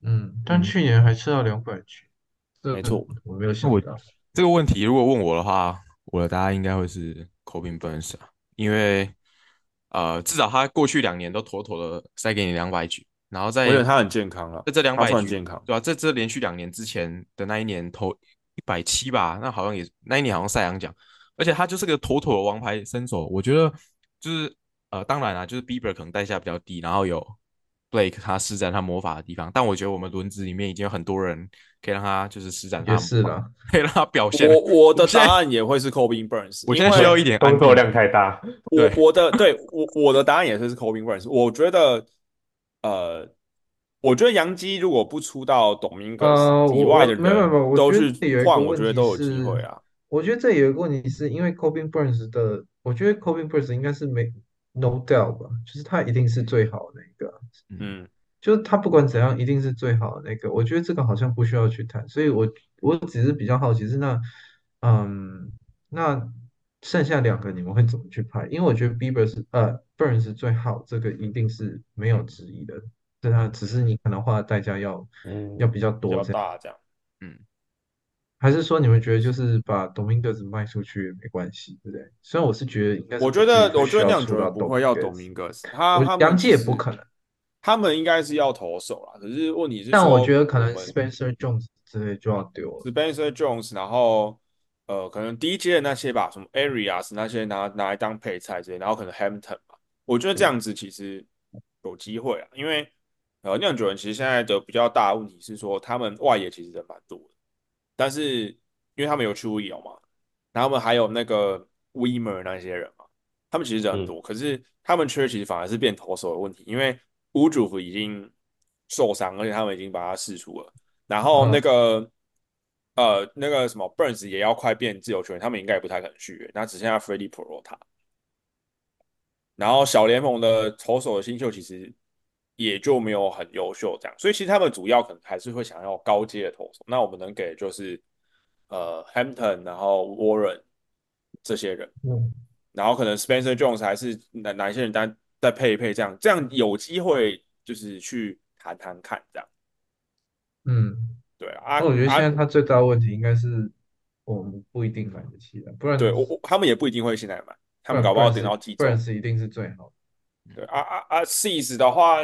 但去年还吃到200局，这个没错。 我没有那我想到。 这个问题如果问我的话，我的答案应该会是 Corbin Burns 啊，因为至少他过去2年都妥妥的塞给你200局，然后我觉得他很健康了， 在这两他百局， 算健康。 对吧、这连续2年之前的那一年投170吧，那好像也那一年好像赛扬奖，而且他就是个妥妥的王牌身手。我觉得就是当然啦，就是 Bieber 可能代价比较低，然后有 Blake 他施展他魔法的地方，但我觉得我们轮子里面已经有很多人可以让他就是施展他也的魔法， 是啦， 可以让他表现了。 我的答我们现在案也会是 Kobe Burns， 我现因为在需要一点安定。 工作量太大。 我对， 我的对我的答案也是 Kobe Burns。我觉得呃，我觉得杨基如果不出到 Dominguez 以外的人没有没有没有，我觉得都去这有一个换，我觉得问题都有机是， 会啊。 我觉得这有一个问题是因为 Corbin Burns 的，我觉得 Corbin Burns 应该是没 no doubt 吧，就是他一定是最好的那个啊， 嗯， 嗯， 就是他不管怎样一定是最好的那个。我觉得这个好像不需要去谈，所以我只是比较好奇是嗯，那剩下2个你们会怎么去排？因为我觉得 Burns 是最好，这个一定是没有质疑的，对啊，只是你可能花的代价要比较比较多这样。 大这样。 嗯， 还是说你们觉得就是把 Dominguez 卖出去也没关系，对不对？虽然我是觉得应该是我觉不至于得我觉得会需要出到酿酒人不会要 Dominguez， Dominguez， 我他们杨基也不只是可能， 他们应该是要投手啦。可是问题是但我觉说得可能我们 Spencer Jones 之类就要丢了。 Spencer Jones，然后可能第一阶的那些吧，什么 Arias 那些拿来当配菜之类，然后可能 Hampton 吧，我觉得这样子其实有机会啊，因为酿酒人其实现在的比较大的问题是说，他们外野其实人蛮多的，但是因为他们有去 w 嘛，然后他们还有那个 Weimer 那些人嘛，他们其实人很嗯多，可是他们缺其实反而是变投手的问题，因为乌主夫已经受伤，而且他们已经把他释出了。然后嗯那个什么 Burns 也要快变自由球员，他们应该也不太可能续约，那只剩下 Freddie Peralta。然后小联盟的投手的新秀其实也就没有很优秀这样，所以其实他们主要可能还是会想要高阶的投手。那我们能给的就是Hampton，然后 Warren 这些人， 嗯然后可能 Spencer Jones 还是哪一些人再配一配，这样有机会就是去谈谈看这样。 嗯， 对啊那我觉得啊啊， 现在他最大的问题应该是我们不一定买得起的， 对他们也不一定会现在买，他不然们搞不好等到季中。 Burns 一定是最好的。 对，Cease 的话，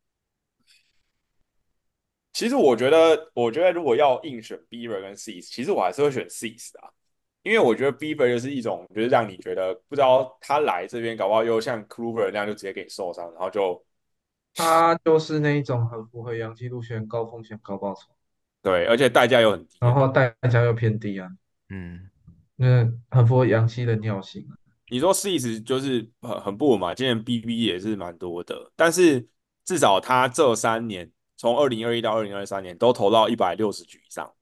其实我觉得如果要硬选 Bieber 跟 Cease，其实我还是会选 Cease 啊，因为我觉得 Bieber 就是一种，就是让你觉得不知道他来这边搞不好又像 Kluber 那样就直接给你受伤，然后就他就是那一种很符合洋基路线高风险高报酬， 对，而且代价又很低的那种。 然后代价又偏低啊， 嗯， 那很符合洋基的尿性啊。 你说 Cease 就是很不稳嘛，今年 BB 也是蛮多的，但是至少他这3年从2021到2023年都投到160局以上。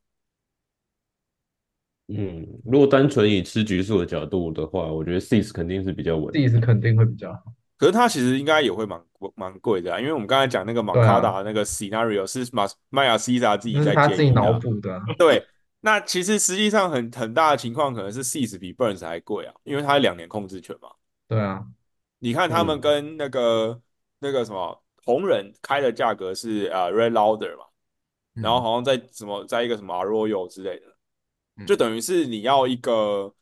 嗯，如果单纯以吃局数的角度的话，我觉得 Six 肯定是比较稳的。 自己是肯定会比较好。 可是他其实应该也会蛮贵的啊，因为我们刚才讲那个 m 对 a 啊， d a 那个 scenario 是迈亚西萨自己那是在他自己脑建议的啊。 补的啊。 对，那其实实际上很大的情况可能是 Cease 比 Burns 还贵啊，因为他2年控制权嘛。 对啊， 你看他们嗯跟那个什么红人开的价格是Red Lauder 嘛，然后嗯好像在一个什么 Arroyo 之类的，就嗯等于是你要一个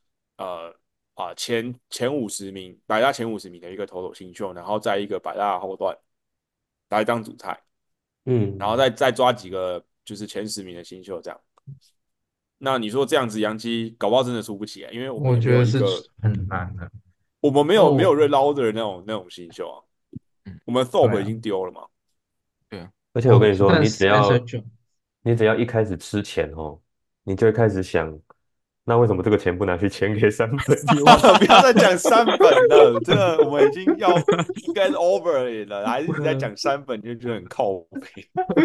前50名百大前50名的一个投手新秀，然后在一个百大后段来当主菜，然后嗯， 再抓几个就是前10名的新秀这样。那你说这样子杨基搞不好真的输不起来，因为我们也没我觉得是有一个很难的。 我们没有哦， Red Lauder 的那种新秀啊， 嗯， 我们对 Thorpe 已啊， 经丢了嘛。 对啊， 而且我跟你说， 但 Spencer Jones 你只要一开始吃钱哦，你就会开始想，那为什么这个钱不拿去钱给三本？ 不要再讲3本了，这个我们已经应该是 over 了，还是一直在讲3本，就觉得很靠背。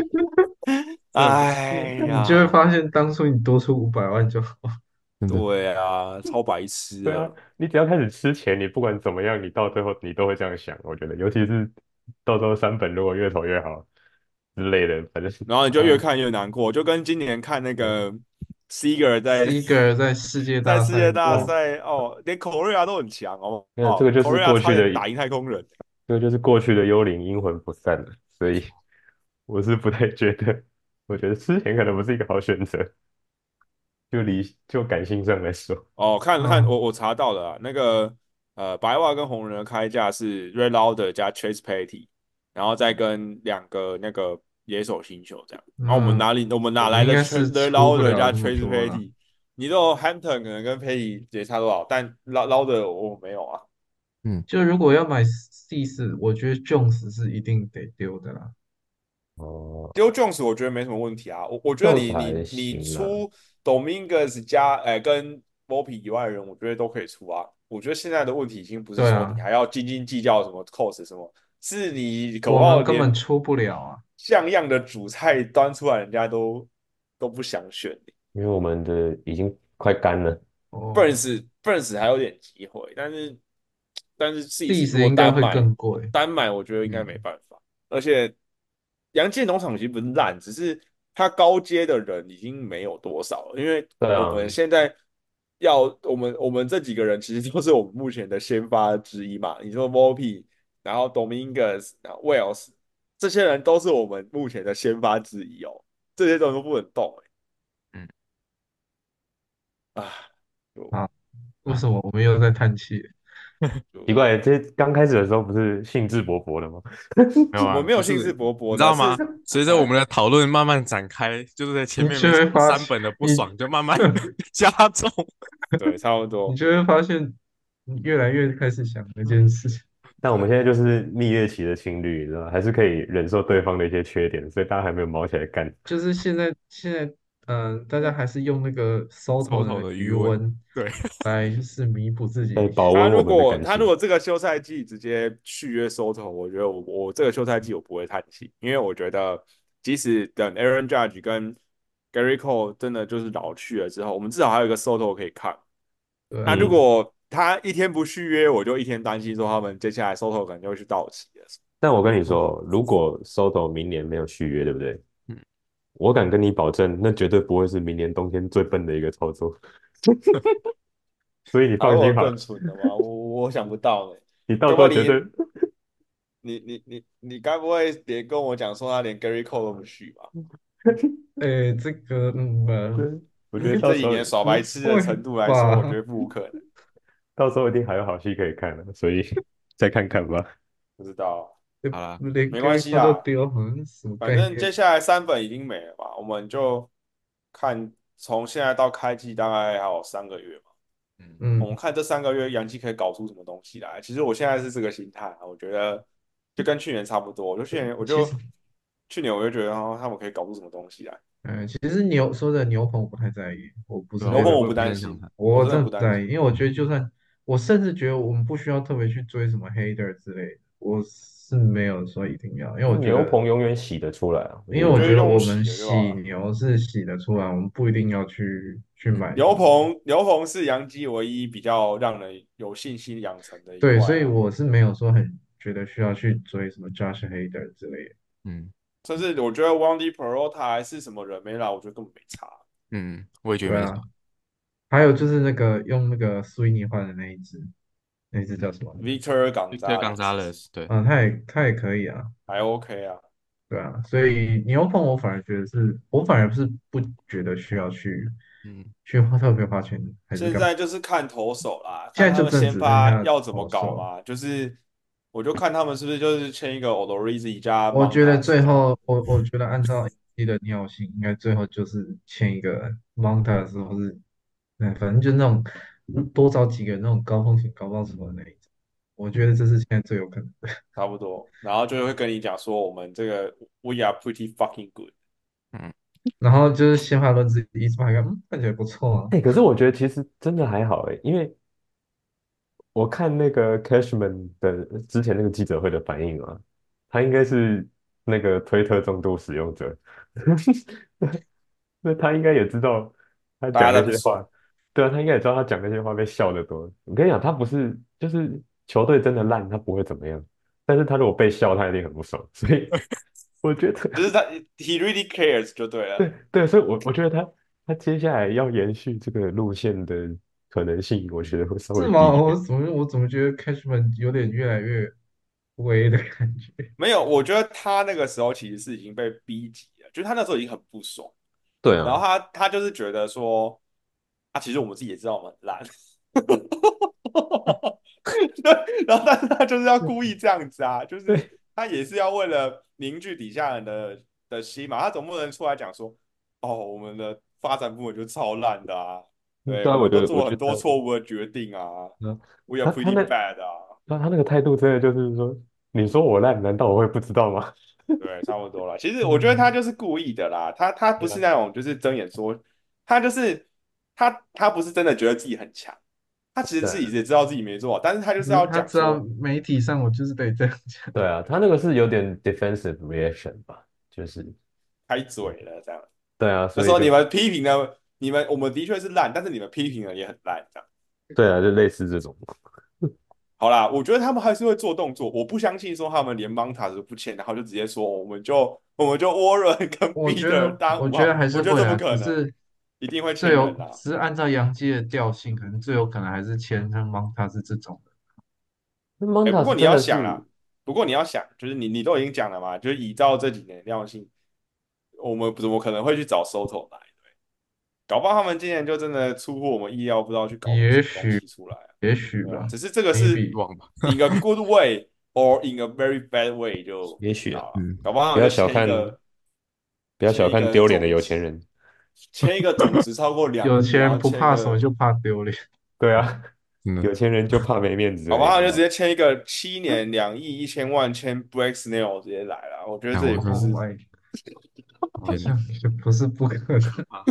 哎你就会呀， 发现当初你多出500万就好。 真的， 对啊，超白痴对啊， 的。 你只要开始吃钱，你不管怎么样，你到最后你都会这样想。我觉得，尤其是到时候三本如果越投越好之类的，反正然后你就越嗯， 看越难过，就跟今年看那个 Seager 在 Seager 在世界在大赛， 世界大哇， 赛哦，连 Korea 都很强哦， 那这个就是 Korea 过去的， 差点打赢太空人。 这个就是过去的幽灵阴魂不散了，所以我是不太觉得我觉得之前可能不是一个好选择，就感性上来说。 哦，看看嗯， 我查到了啊，那个白袜跟红人的开价是 Red Lauder 加 Chase Petty，然后再跟两个那个野手新秀这样。然后那我们哪我们来的应该是 Red 出不 Lauder 加了这么 Chase 多了。 Petty？你都 Hampton 可能跟 Petty 也差多少，但 Lauder 我没有啊。 嗯， 就如果要买第四，我觉得 Jones 是一定得丢的啦。 哦， 丢 Jones 我觉得没什么问题啊，我觉得就是还你行啦。 出 Dominguez 加跟 Mopi 以外的人，我觉得都可以出啊。我觉得现在的问题已经不是对啊， 说你还要斤斤计较什么 cost 什么，是你搞不我们根本好连出不了啊。 像样的主菜端出来，人家都不想选你。 因为我们的已经快干了。 哦， Burns 还有点机会，但是第 Cease 如果十应该会更贵。 单买，我觉得应该没嗯， 办法。而且洋基农场其实不是烂，只是他高阶的人已经没有多少了，因为我对啊， 们现在我们这几个人其实都是我们目前的先发之一嘛。你说 Volpe，然后 Dominguez，然后 Wells，这些人都是我们目前的先发之一哦，这些都不能动嗯啊，就啊，为啊， 什么我们又在叹气？ 就奇怪，这刚开始的时候不是兴致勃勃的吗？ 没有啊， 我们没有不是， 兴致勃勃的， 你知道吗？ 是随着我啊， 们的讨论慢慢展开，就是在前你就面没会发现， 三本的不你爽就慢慢加重。 对，差不多。 你就会发现，你越来越开始想这件事情。 但我们对， 现在就是蜜月期的情侣，你知道吗还是可以忍受对方的一些缺点，所以大家还没有毛起来干。 就是现在，大家还是用那个 Soto 手头的的余温， 余温对， 来就是弥补自己。 来保温我们的感情。 他如果这个休赛季直接续约收头，我觉得我这个休赛季我不会叹气，因为我觉得即使等 Aaron Judge 跟 Gary Cole 真的就是老去了之后，我们至少还有一个 Soto 可以看。那如对啊， 嗯， 果他一天不续约，我就一天担心说他们接下来 Soto 可能就会去到期了。 但我跟你哦， 说，如果 Soto 明年没有续约，对不对？ 嗯， 我敢跟你保证，那绝对不会是明年冬天最笨的一个操作。所以你还会有放心好了， 更蠢的吗？我想不到呢。 你到要不然时候绝对， 你该不会连跟我讲说他连 Gary Cole 都不续吧？ 哎，这个， 对，我觉得到时候这以年耍白痴的不会程度来说，我觉吧？ 得不可能。 到时候一定还有好戏可以看的，所以再看看吧。 不知道， 好啦， 连没关 Gary 系 Cole 都啦， 丢，什么反概念？ 正接下来3本已经没了嘛，我们就看从现在到开季大概还有3个月嘛， 嗯， 嗯， 我们看这3个月杨基可以搞出什么东西来。其实我现在是这个心态啊，我觉得就跟去年差不多。 其实， 去年我就觉得哦，他们可以搞出什么东西来。 其实说的牛棚我不太在意，我不是对啊，我那个， 牛棚我我也没不担心， 很想看， 我我真的不担心。 真的不在意，因为我觉得就算我甚至觉得我们不需要特别去追什么 hater 之类的，我是没有说一定要，因为我觉得， 牛棚永远洗得出来啊，我因为觉得我觉得我我觉得用们洗洗的就好了。 牛是洗得出来，我们不一定要去嗯， 买什么。 牛棚是杨基唯一比较让人有信心养成的一对， 块啊。 所以我是没有说很觉得需要去追什么 Josh Hader 之类的。 嗯甚至我觉得 Wandy Peralta 还是什么人没来，我觉得根本没差。 嗯，我也觉得没差。 对啊，还有就是那个用那个 Sweeney 换的那一只叫什么？ Victor Victor Gonzalez Gonzalez，对， 嗯，他也可以啊。 还 OK 啊， 对啊，所以牛棚我反而觉得是，我反而是不觉得需要去嗯， 特别花钱还是干嘛。 现在就是看投手啦， 现在就看他们先真的只剩发下要怎么投手。 搞嘛。就是我就看他们是不是就是签一个 Odorizzi 加我觉得 Montas 这样。 最后，我觉得按照你的尿性，应该最后就是签一个 Montas 或是，反正就那种多找几个那种高风险高报酬的那一种。我觉得这是现在最有可能的。 差不多，然后就会跟你讲说我们这个 We are pretty fucking good。 嗯， 然后就是先发轮子一直拍看，看起来不错啊。 哎、可是我觉得其实真的还好哎，因为我看那个 Cashman 的之前那个记者会的反应啊，他应该是那个推特重度使用者，那他应该也知道他大家讲在不爽， 那些话，对啊，他应该也知道他讲那些话被笑得多。我跟你讲，他不是就是球队真的烂，他不会怎么样，但是他如果被笑，他一定很不爽。所以我觉得， 就是he really cares 就对了。 对对，所以我觉得他接下来要延续这个路线的可能性，我觉得会稍是吗？ 微低一点。 我怎么觉得 Cashman 有点越来越威的感觉？ 没有，我觉得他那个时候其实是已经被逼急了， 就是他那时候已经很不爽， 对啊， 然后他就是觉得说，啊，其实我们自己也知道我们很烂，对，然后但是他就是要故意这样子啊，就是对， 他也是要为了凝聚底下人的心嘛，他总不能出来讲说，哦，我们的发展部门就超烂的啊，对， 对啊， 我们都我做了很多觉得错误的决定啊他 ，we are 他 pretty 那 bad 啊。 他那个态度真的就是说，你说我烂，难道我会不知道吗？ 对，差不多了。其实我觉得他嗯， 就是故意的啦，他不对啊， 是那种就是睁眼说，他就是他不是真的觉得自己很强，他其实对啊， 自己也知道自己没做好，但是他就是只是要他知道讲说， 媒体上我就是得这样讲。 对啊，他那个是有点 defensive reaction 吧，就是开嘴了这样， 对啊，所以就就说你们批评的，我们的确是烂，但是你们批评的也很烂，这样。 对啊，就类似这种。 好啦，我觉得他们还是会做动作，我不相信说他们连 Montas 都不签，然后就直接说我们就 Warren 跟 Peter 当我觉得 5号，我觉得这不还是会啊， 可能，一定会只是按照杨基的调性，可能最有可能还是签像 Montas 这种的。 那哎，不 Montas 过你真的是， 要想啦，不过你要想，就是你都已经讲了嘛，就是依照这几年的尿性，我们怎么可能会去找 Soto 来？搞不好他们今年就真的出乎我们意料，不知道去搞个什么东也许， 西出来啊， 也许对啊， 吧只是这个是 ，maybe。 忘吧。 in a good way or in a very bad way 就也许啊， 不知道了， 嗯， 搞不好他不要们就小看丢脸的有钱人。 签一个总值超过2亿，然后有钱人不签一个， 怕什么，就怕丢脸。 对啊， 真的有钱人就怕没面子而已， 搞不好他们就直好不好？ 接签一个7年2亿1000万，签 Blake Snell 直接来了，我觉得这也看我真是 Oh 不是， my，好天哪， 像也不是不可能。 啊，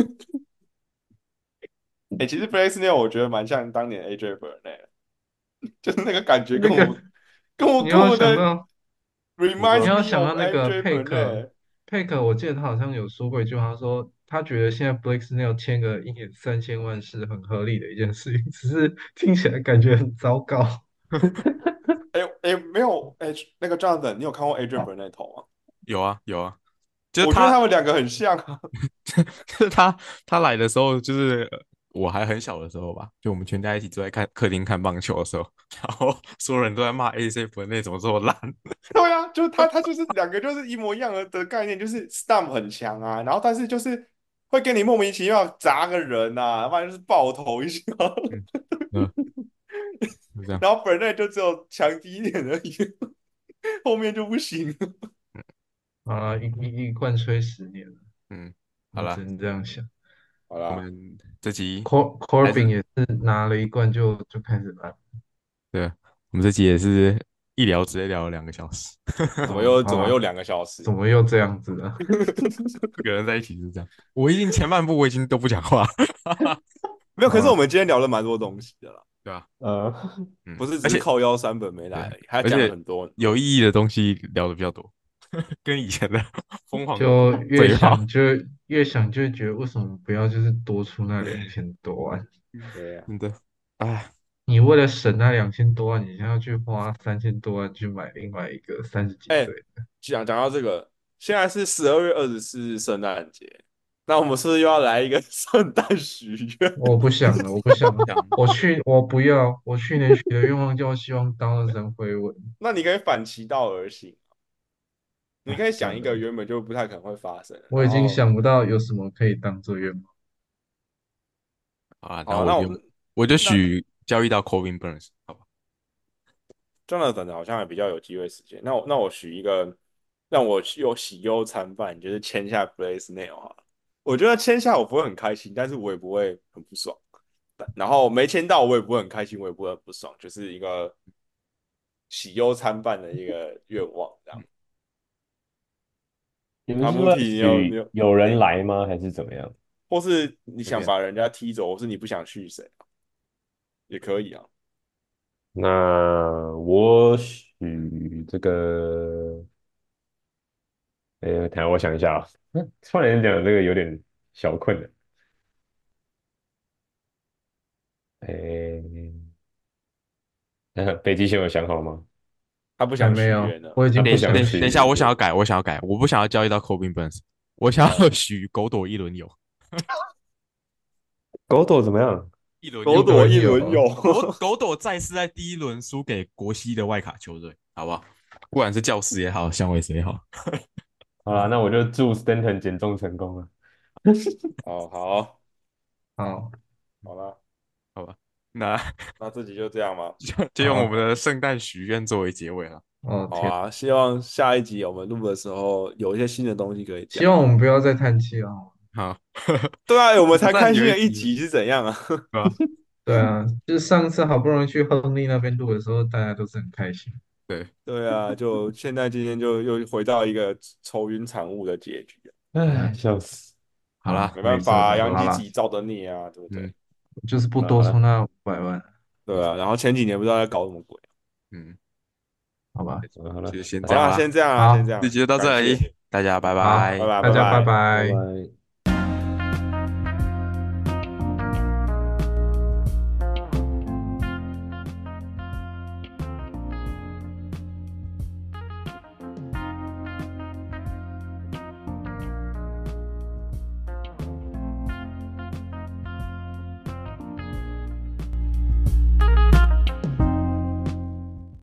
哎，其实 Blake Snell 我觉得蛮像当年 AJ Burnett，就是那个感觉那个，你要跟我的想到， 你 reminds 你说， 要 me 想 of 到那个 MJ Pick， Burnett。 Pick，我记得他好像有说过一句话，他说他觉得现在 Blake Snell 签个1年3000万是很合理的一件事情，只是听起来感觉很糟糕。 哎，没有哎，那个 Jonathan，你有看过 Adrian Burnett 投吗？ 有啊有啊，就是我觉得他， 他们两个很像啊。 就是他来的时候，就是我还很小的时候吧，就我们全家一起坐在客厅看棒球的时候，然后所有人都在骂 ACF 那怎么这么烂。 对啊，就是他就是两个就是一模一样的概念，就是 Stump 很强啊，然后但是就是会跟你莫名其妙砸个人啊，不然就是爆头一下， 嗯嗯，就这样。 然后 Burnett 就只有强第一点而已，后面就不行。 啊，一贯吹10年了， 嗯，好了， 我只能这样想。 我好啦， 们这集还 Corbin 是也是拿了一冠就开始烂。 对，我们这集也是一聊直接聊了2个小时， 哦，好吧， 怎么又2个小时？ 怎么又这样子了？ 四个人在一起是这样。我已经前半部我已经都不讲话， 没有，可是我好吧， 们今天聊了蛮多东西的啦， 对吧？ 呃， 嗯， 不是只而且是靠腰3本没来对， 而已，还而且讲了很多。 有意义的东西聊的比较多，跟以前的疯狂的就越嘴炮， 想就越想就觉得为什么不要就是多出那2000多万？ 对啊， 真的，哎， 你为了省那2000多万，你现在要去花3000多万去买另外一个30几岁哎， 的？ 讲到这个，现在是12月24日圣诞节，那我们是不是又要来一个圣诞许愿？ 我不想了，我不想了。 讲我不要。我去年许的愿望就希望当了神回文。 那你可以反其道而行，你哎， 可以想算了， 一个原本就不太可能会发生的， 我已经然后想不到有什么可以当做愿望。 啊，然后好， 我就那许交易到 Covin Burns，好吧？ Jonathan 好像也比较有机会实现。那我许一个让我有喜忧参半，就是签下 Blaze Nail 哈。我觉得签下我不会很开心，但是我也不会很不爽。然后没签到我也不会很开心，我也不会很不爽，就是一个喜忧参半的一个愿望这样。 你们阿是说穆提，你有许有人哎， 来吗？还是怎么样？ 或是你随便， 想把人家踢走，或是你不想续谁也可以啊。 那我许这个，等一下我想一下啊，突然间讲这个有点小困难。哎，北极星有想好吗？ 他不想还没有， 续约呢。 我已经不他不想想许了。 等等一下， 许愿， 我想要改，我不想要交易到 Covin Burns，我想要好， 许狗朵一轮游， 狗斗怎么样？ 一轮游。 狗朵一一轮游， 轮游， 狗朵再次在第一轮输给国西的外卡球队，好不好？不管是教师也好，香维斯也好， 好了，那我就祝 Stanton 减重成功了。 哦，好， 好， 好了， 好吧？那那这集就这样吧。 就用我们的圣诞许愿作为结尾了。 哦天， 好啊，希望下一集我们录的时候有一些新的东西可以讲。 希望我们不要再叹气了。 好， 对啊，我们才那开心有一集的一集是怎样啊？ 对吧？ 对啊，就是上次好不容易去亨利那边录的时候，大家都是很开心。 对， 对啊，就现在今天就又回到一个愁云惨雾的结局啊。 唉， 哎， 笑死。 好啦， 没办没错， 法啊， 没错，好啦， 养鸡己造的孽啊，对不对？ 嗯就是不多好了， 出那500万， 对啊，然后前几年不知道在搞什么鬼。 嗯， 好吧？ 没错， 好了， 就先好啦， 这样啦， 先这样啊，先好， 这样， 这集就到这里， 感谢， 大家拜好， 拜拜。 拜，拜大家拜拜。 拜拜。 拜。